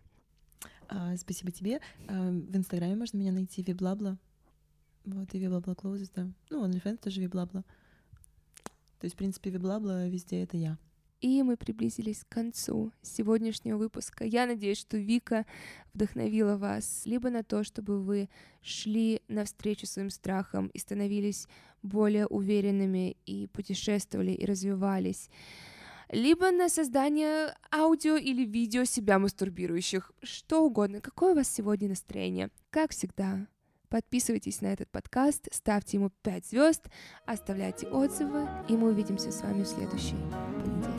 А, спасибо тебе. А, в Инстаграме можно меня найти Виблабла. Вот, и Виблабла Closes, да. Ну, OnlyFans тоже Виблабла. То есть, в принципе, Виблабла везде это я. И мы приблизились к концу сегодняшнего выпуска. Я надеюсь, что Вика вдохновила вас либо на то, чтобы вы шли навстречу своим страхам и становились более уверенными, и путешествовали, и развивались, либо на создание аудио или видео себя мастурбирующих, что угодно. Какое у вас сегодня настроение? Как всегда, подписывайтесь на этот подкаст, ставьте ему пять звезд, оставляйте отзывы, и мы увидимся с вами в следующий понедельник.